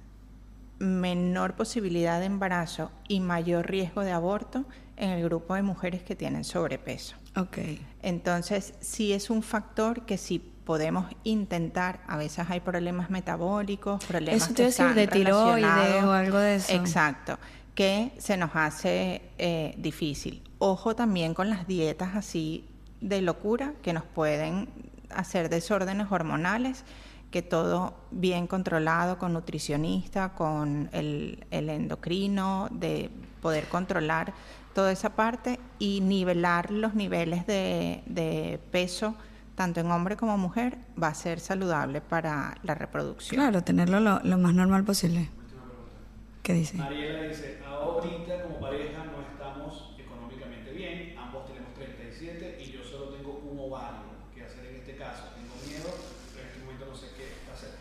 menor posibilidad de embarazo y mayor riesgo de aborto en el grupo de mujeres que tienen sobrepeso. Okay. Entonces, sí es un factor que sí podemos intentar, a veces hay problemas metabólicos, problemas eso te que iba a decir, están de tiroides relacionados, o algo de eso. exacto, que se nos hace eh, difícil. Ojo también con las dietas así de locura que nos pueden hacer desórdenes hormonales, que todo bien controlado con nutricionista, con el, el endocrino, de poder controlar toda esa parte y nivelar los niveles de, de peso, tanto en hombre como mujer, va a ser saludable para la reproducción. Claro, tenerlo lo, lo más normal posible. ¿Qué dice? Mariela dice, ahorita como pareja no estamos económicamente bien, ambos tenemos treinta y siete y yo solo tengo un ovario. ¿Qué hacer en este caso? Tengo miedo, pero en este momento no sé qué hacer.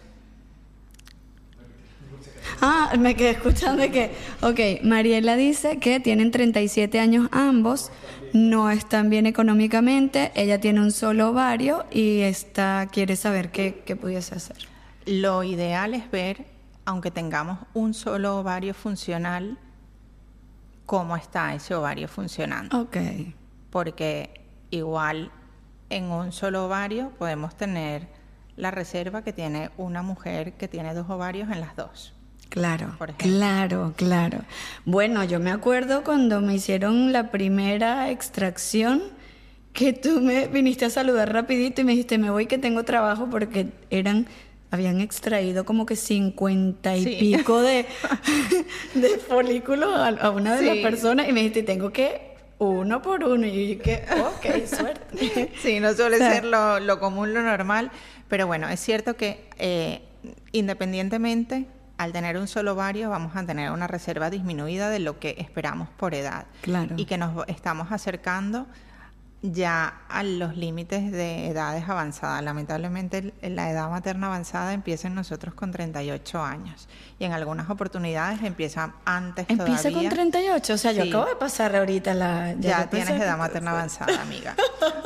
Ah, me quedé escuchando que, ok, Mariela dice que tienen treinta y siete años ambos, no están bien económicamente, ella tiene un solo ovario y está, quiere saber qué, qué pudiese hacer. Lo ideal es ver, aunque tengamos un solo ovario funcional, cómo está ese ovario funcionando. Ok. Porque igual en un solo ovario podemos tener la reserva que tiene una mujer que tiene dos ovarios en las dos. Claro, por ejemplo. claro, claro. Bueno, yo me acuerdo cuando me hicieron la primera extracción que tú me viniste a saludar rapidito y me dijiste, me voy que tengo trabajo porque eran, habían extraído como que cincuenta y Sí. pico de, de folículos a, a una de Sí. las personas y me dijiste, tengo que uno por uno y yo que, ok, suerte. Sí, no suele O sea, ser lo, lo común, lo normal, pero bueno, es cierto que eh, independientemente, al tener un solo ovario vamos a tener una reserva disminuida de lo que esperamos por edad. Claro. Y que nos estamos acercando ya a los límites de edades avanzadas. Lamentablemente la edad materna avanzada empieza en nosotros con treinta y ocho años y en algunas oportunidades empieza antes Empieza todavía. con treinta y ocho, o sea, yo Sí. acabo de pasar ahorita la... Ya, yo pensé tienes edad que- materna avanzada, amiga.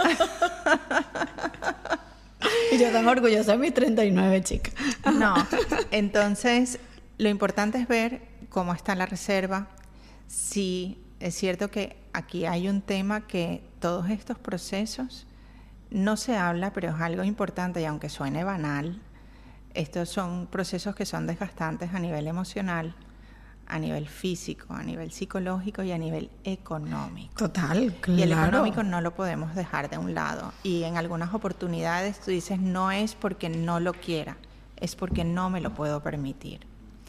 Y yo tan orgullosa de mis treinta y nueve, chica. No, entonces lo importante es ver cómo está la reserva. Sí, es cierto que aquí hay un tema que todos estos procesos no se habla, pero es algo importante y aunque suene banal, estos son procesos que son desgastantes a nivel emocional, a nivel físico, a nivel psicológico y a nivel económico. Total, claro. Y el económico no lo podemos dejar de un lado. Y en algunas oportunidades tú dices, no es porque no lo quiera, es porque no me lo puedo permitir.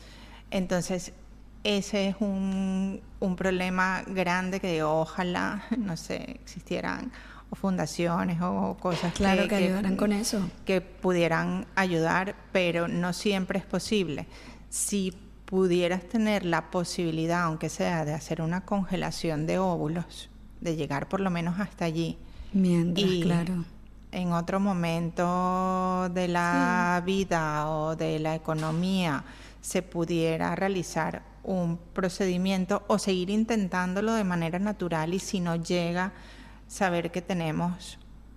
Entonces, ese es un, un problema grande que ojalá, no sé, existieran o fundaciones o cosas Claro, que, que ayudaran con eso. que pudieran ayudar, pero no siempre es posible. Si pudieras tener la posibilidad, aunque sea de hacer una congelación de óvulos, de llegar por lo menos hasta allí. Mientras, y claro. en otro momento de la vida o de la economía se pudiera realizar un procedimiento o seguir intentándolo de manera natural y si no llega, saber que tenemos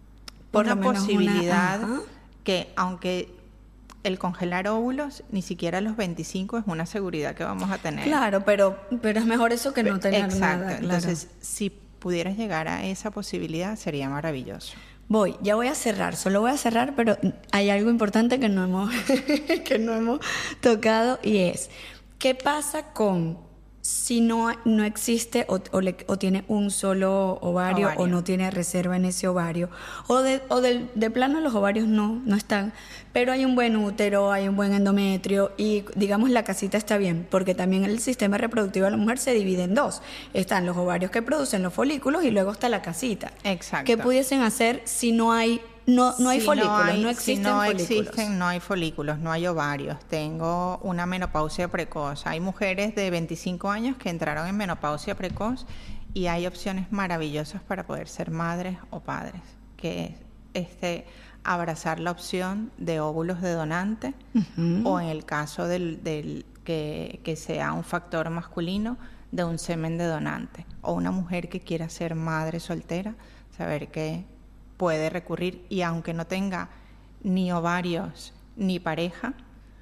Por una lo menos una- posibilidad ajá. que aunque el congelar óvulos, ni siquiera a los veinticinco es una seguridad que vamos a tener. Claro, pero, pero es mejor eso que no tener Exacto. nada. Claro. Entonces, si pudieras llegar a esa posibilidad, sería maravilloso. Voy, ya voy a cerrar, solo voy a cerrar, pero hay algo importante que no hemos, que no hemos tocado y es, ¿qué pasa con si no, no existe o, o, le, o tiene un solo ovario, Ovario. o no tiene reserva en ese ovario? O de, o del, de plano los ovarios no, no están, pero hay un buen útero, hay un buen endometrio y digamos la casita está bien, porque también el sistema reproductivo de la mujer se divide en dos. Están los ovarios que producen los folículos y luego está la casita. Exacto. ¿Qué pudiesen hacer si no hay, no, no hay Si folículos, no, hay- existen si no folículos? existen, no hay folículos, no hay ovarios. Tengo una menopausia precoz. Hay mujeres de veinticinco años que entraron en menopausia precoz y hay opciones maravillosas para poder ser madres o padres, que es este, abrazar la opción de óvulos de donante Ujú. o en el caso del, del que, que sea un factor masculino, de un semen de donante. O una mujer que quiera ser madre soltera, saber que puede recurrir y aunque no tenga ni ovarios ni pareja,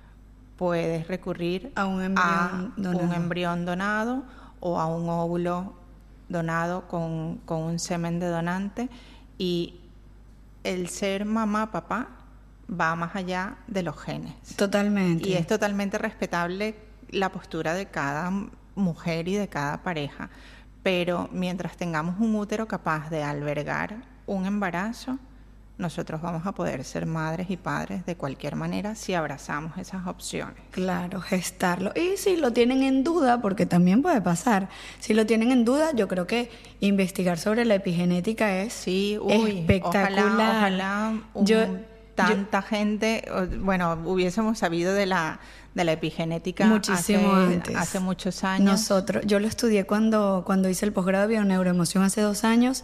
puedes recurrir A un embrión a donado. un embrión donado o a un óvulo donado con, con un semen de donante. Y el ser mamá, papá, va más allá de los genes. Totalmente. Y es totalmente respetable la postura de cada mujer y de cada pareja. Pero mientras tengamos un útero capaz de albergar un embarazo, nosotros vamos a poder ser madres y padres de cualquier manera si abrazamos esas opciones. Claro, gestarlo. Y si lo tienen en duda, porque también puede pasar, si lo tienen en duda, yo creo que investigar sobre la epigenética es sí, uy, espectacular. Ojalá, ojalá un, yo, tanta yo, gente, bueno, hubiésemos sabido de la, de la epigenética muchísimo hace, antes. hace muchos años. Nosotros, yo lo estudié cuando, cuando hice el posgrado de bioneuroemoción hace dos años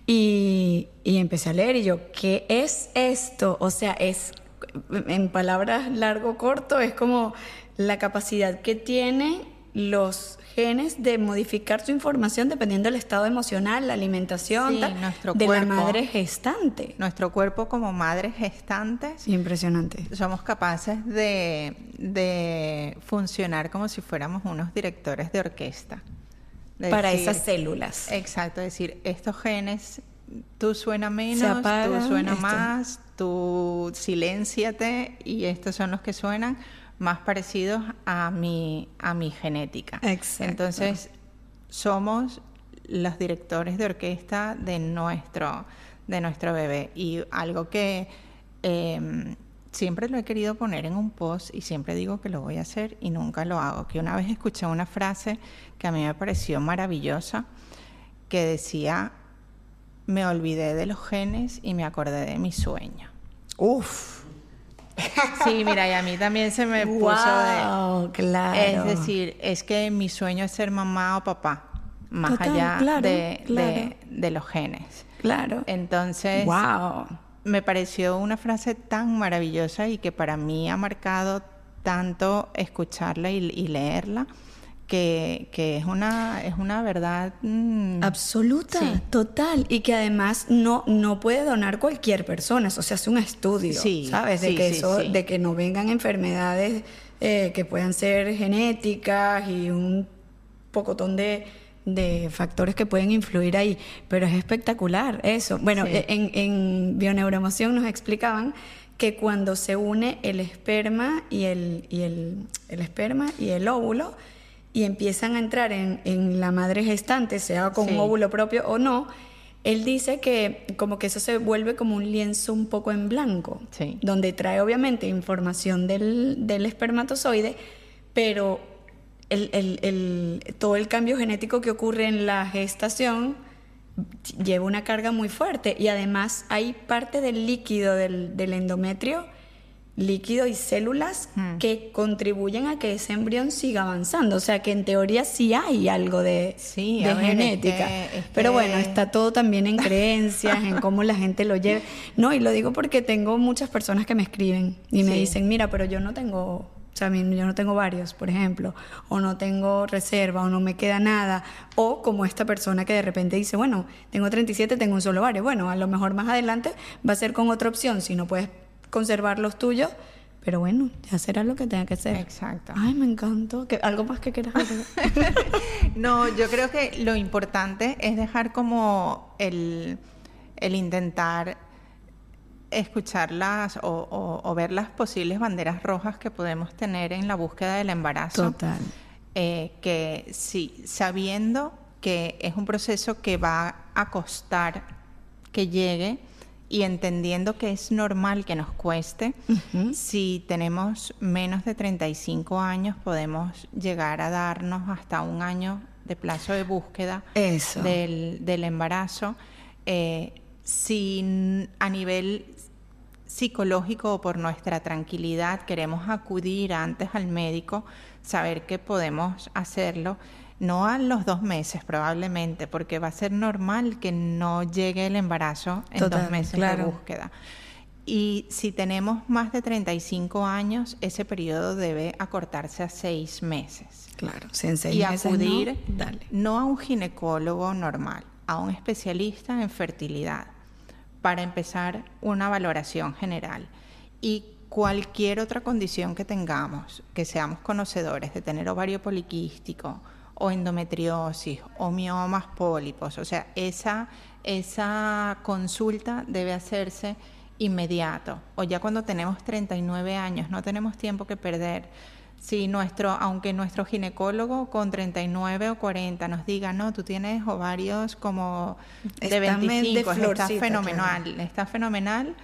y, y empecé a leer y yo, ¿qué es esto? O sea, es, en palabras largo corto, es como la capacidad que tienen los genes de modificar su información dependiendo del estado emocional, la alimentación, sí, tal, nuestro de cuerpo, la madre gestante. Nuestro cuerpo como madres gestantes, impresionante. Somos capaces de, de funcionar como si fuéramos unos directores de orquesta. De para decir, esas células. Exacto, es decir, estos genes, tú suena menos, apagan, tú suena esto. más, tú silénciate, y estos son los que suenan más parecidos a mi, a mi genética. Exacto. Entonces, somos los directores de orquesta de nuestro, de nuestro bebé. Y algo que eh, siempre lo he querido poner en un post y siempre digo que lo voy a hacer y nunca lo hago, que una vez escuché una frase que a mí me pareció maravillosa, que decía: me olvidé de los genes y me acordé de mi sueño. Uf. Sí, mira, y a mí también se me wow, puso de... claro. Es decir, es que mi sueño es ser mamá o papá, más Total, allá claro, de, claro. de, de los genes. Claro. Entonces, wow. me pareció una frase tan maravillosa y que para mí ha marcado tanto escucharla y, y leerla, que, que es una es una verdad mmm, absoluta, sí. total, y que además no no puede donar cualquier persona, eso se hace un estudio, sí, ¿sabes? De sí, que sí, eso, sí. de que no vengan enfermedades eh, que puedan ser genéticas y un pocotón de de factores que pueden influir ahí, pero es espectacular eso. Bueno, sí. en, en bioneuroemoción nos explicaban que cuando se une el esperma y el, y el, el esperma y el óvulo y empiezan a entrar en, en la madre gestante, sea con sí. un óvulo propio o no, él dice que como que eso se vuelve como un lienzo un poco en blanco, sí. donde trae obviamente información del, del espermatozoide, pero el, el, el, todo el cambio genético que ocurre en la gestación lleva una carga muy fuerte, y además hay parte del líquido del, del endometrio, líquido y células hmm. que contribuyen a que ese embrión siga avanzando, o sea que en teoría sí hay algo de, sí, de ver, genética, es que, es pero que... bueno, está todo también en creencias, en cómo la gente lo lleva. No, y lo digo porque tengo muchas personas que me escriben y me sí. dicen, mira, pero yo no tengo... O sea, yo no tengo varios, por ejemplo, o no tengo reserva, o no me queda nada, o como esta persona que de repente dice, bueno, tengo treinta y siete, tengo un solo ovario. Bueno, a lo mejor más adelante va a ser con otra opción, si no puedes conservar los tuyos, pero bueno, ya será lo que tenga que ser. Exacto. Ay, me encantó. ¿Algo más que quieras agregar? No, yo creo que lo importante es dejar como el, el intentar... escucharlas o, o, o ver las posibles banderas rojas que podemos tener en la búsqueda del embarazo. Total. Eh, que sí, sabiendo que es un proceso que va a costar que llegue y entendiendo que es normal que nos cueste, uh-huh. si tenemos menos de treinta y cinco años podemos llegar a darnos hasta un año de plazo de búsqueda Eso. Del, del embarazo. Eh, si a nivel psicológico o por nuestra tranquilidad queremos acudir antes al médico, saber que podemos hacerlo, no a los dos meses probablemente, porque va a ser normal que no llegue el embarazo en Total, dos meses claro. de búsqueda. Y si tenemos más de treinta y cinco años, ese periodo debe acortarse a seis meses. Claro, si en seis y meses acudir no, dale. no a un ginecólogo normal, a un especialista en fertilidad, para empezar una valoración general. Y cualquier otra condición que tengamos, que seamos conocedores de tener ovario poliquístico o endometriosis o miomas pólipos, o sea, esa, esa consulta debe hacerse inmediato, o ya cuando tenemos treinta y nueve años, no tenemos tiempo que perder. Si nuestro, aunque nuestro ginecólogo con treinta y nueve o cuarenta nos diga, no, tú tienes ovarios como de Está veinticinco, de está florcita, fenomenal, claro. está fenomenal,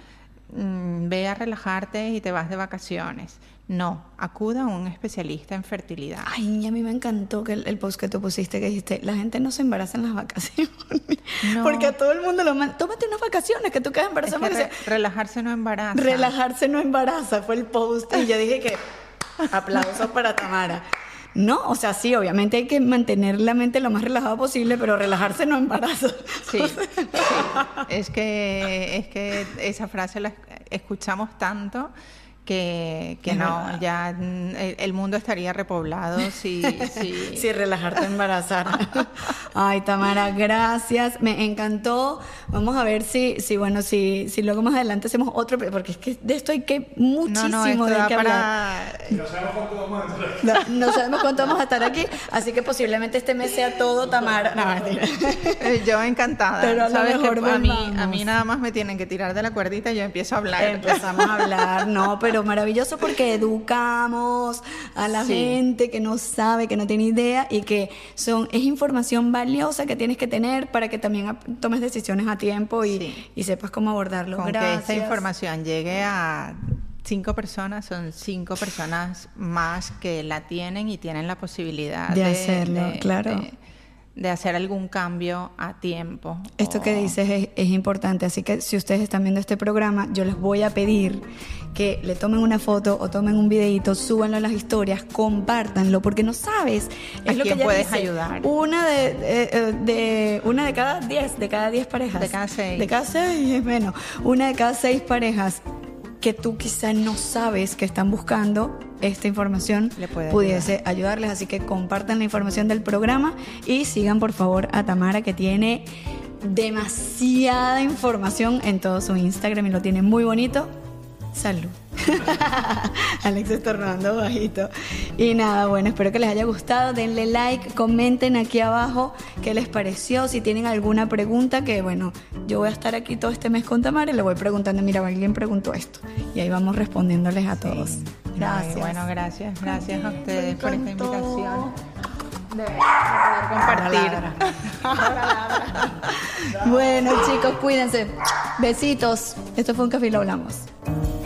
mm, ve a relajarte y te vas de vacaciones. No, acuda a un especialista en fertilidad. Ay, a mí me encantó que el, el post que tú pusiste, que dijiste, la gente no se embaraza en las vacaciones. No. Porque a todo el mundo lo manda, tómate unas vacaciones, que tú quedas Es embarazada. que porque re- se- relajarse no embaraza. Relajarse no embaraza, fue el post. Y yo dije que aplausos para Tamara. No, o sea, sí, obviamente hay que mantener la mente lo más relajada posible, pero relajarse no embaraza. Sí, sí. Es que, es que esa frase la escuchamos tanto que, que Es no, verdad. ya mm, el, el mundo estaría repoblado si... si... Sí, relajarte, embarazar. Ay, Tamara, gracias. Me encantó. Vamos a ver si, si bueno, si, si luego más adelante hacemos otro, porque es que de esto hay que muchísimo No, no, esto de da qué hablar. para... No sabemos cuánto vamos a entrar. No, no sabemos cuánto vamos a estar aquí, así que posiblemente este mes sea todo Tamara. No, mentira. Eh, Yo encantada. Pero a lo ¿Sabes mejor que a mí, a volvamos. mí nada más me tienen que tirar de la cuerdita y yo empiezo a hablar. Empezamos a hablar, no, pero maravilloso porque educamos a la Sí. gente que no sabe, que no tiene idea y que son es información valiosa que tienes que tener para que también ap- tomes decisiones a tiempo y, Sí. y sepas cómo abordarlo. Con Gracias. que esta información llegue a cinco personas, son cinco personas más que la tienen y tienen la posibilidad De de, hacerlo, de- claro. de- de hacer algún cambio a tiempo. Esto O- que dices es, es importante, así que si ustedes están viendo este programa, yo les voy a pedir que le tomen una foto o tomen un videito, súbanlo a las historias, compártanlo, porque no sabes, es ¿A lo que quién ella puedes dice, ayudar? Una de, de, eh, de- una de cada diez, de cada diez parejas. De cada seis. De cada seis, es menos. Una de cada seis parejas que tú quizás no sabes que están buscando esta información Le puede pudiese ayudarles, así que compartan la información del programa y sigan por favor a Tamara, que tiene demasiada información en todo su Instagram y lo tiene muy bonito. Salud. Alex estornudando bajito. Y nada, bueno, espero que les haya gustado. Denle like, comenten aquí abajo qué les pareció. Si tienen alguna pregunta, que bueno, yo voy a estar aquí todo este mes con Tamara y le voy preguntando, mira, alguien preguntó esto. Y ahí vamos respondiéndoles a todos. Gracias. Ay, bueno, gracias. Gracias a Me ustedes por esta encantó. invitación. De, de poder compartir. Bueno, chicos, cuídense. Besitos. Esto fue Un Café y lo hablamos.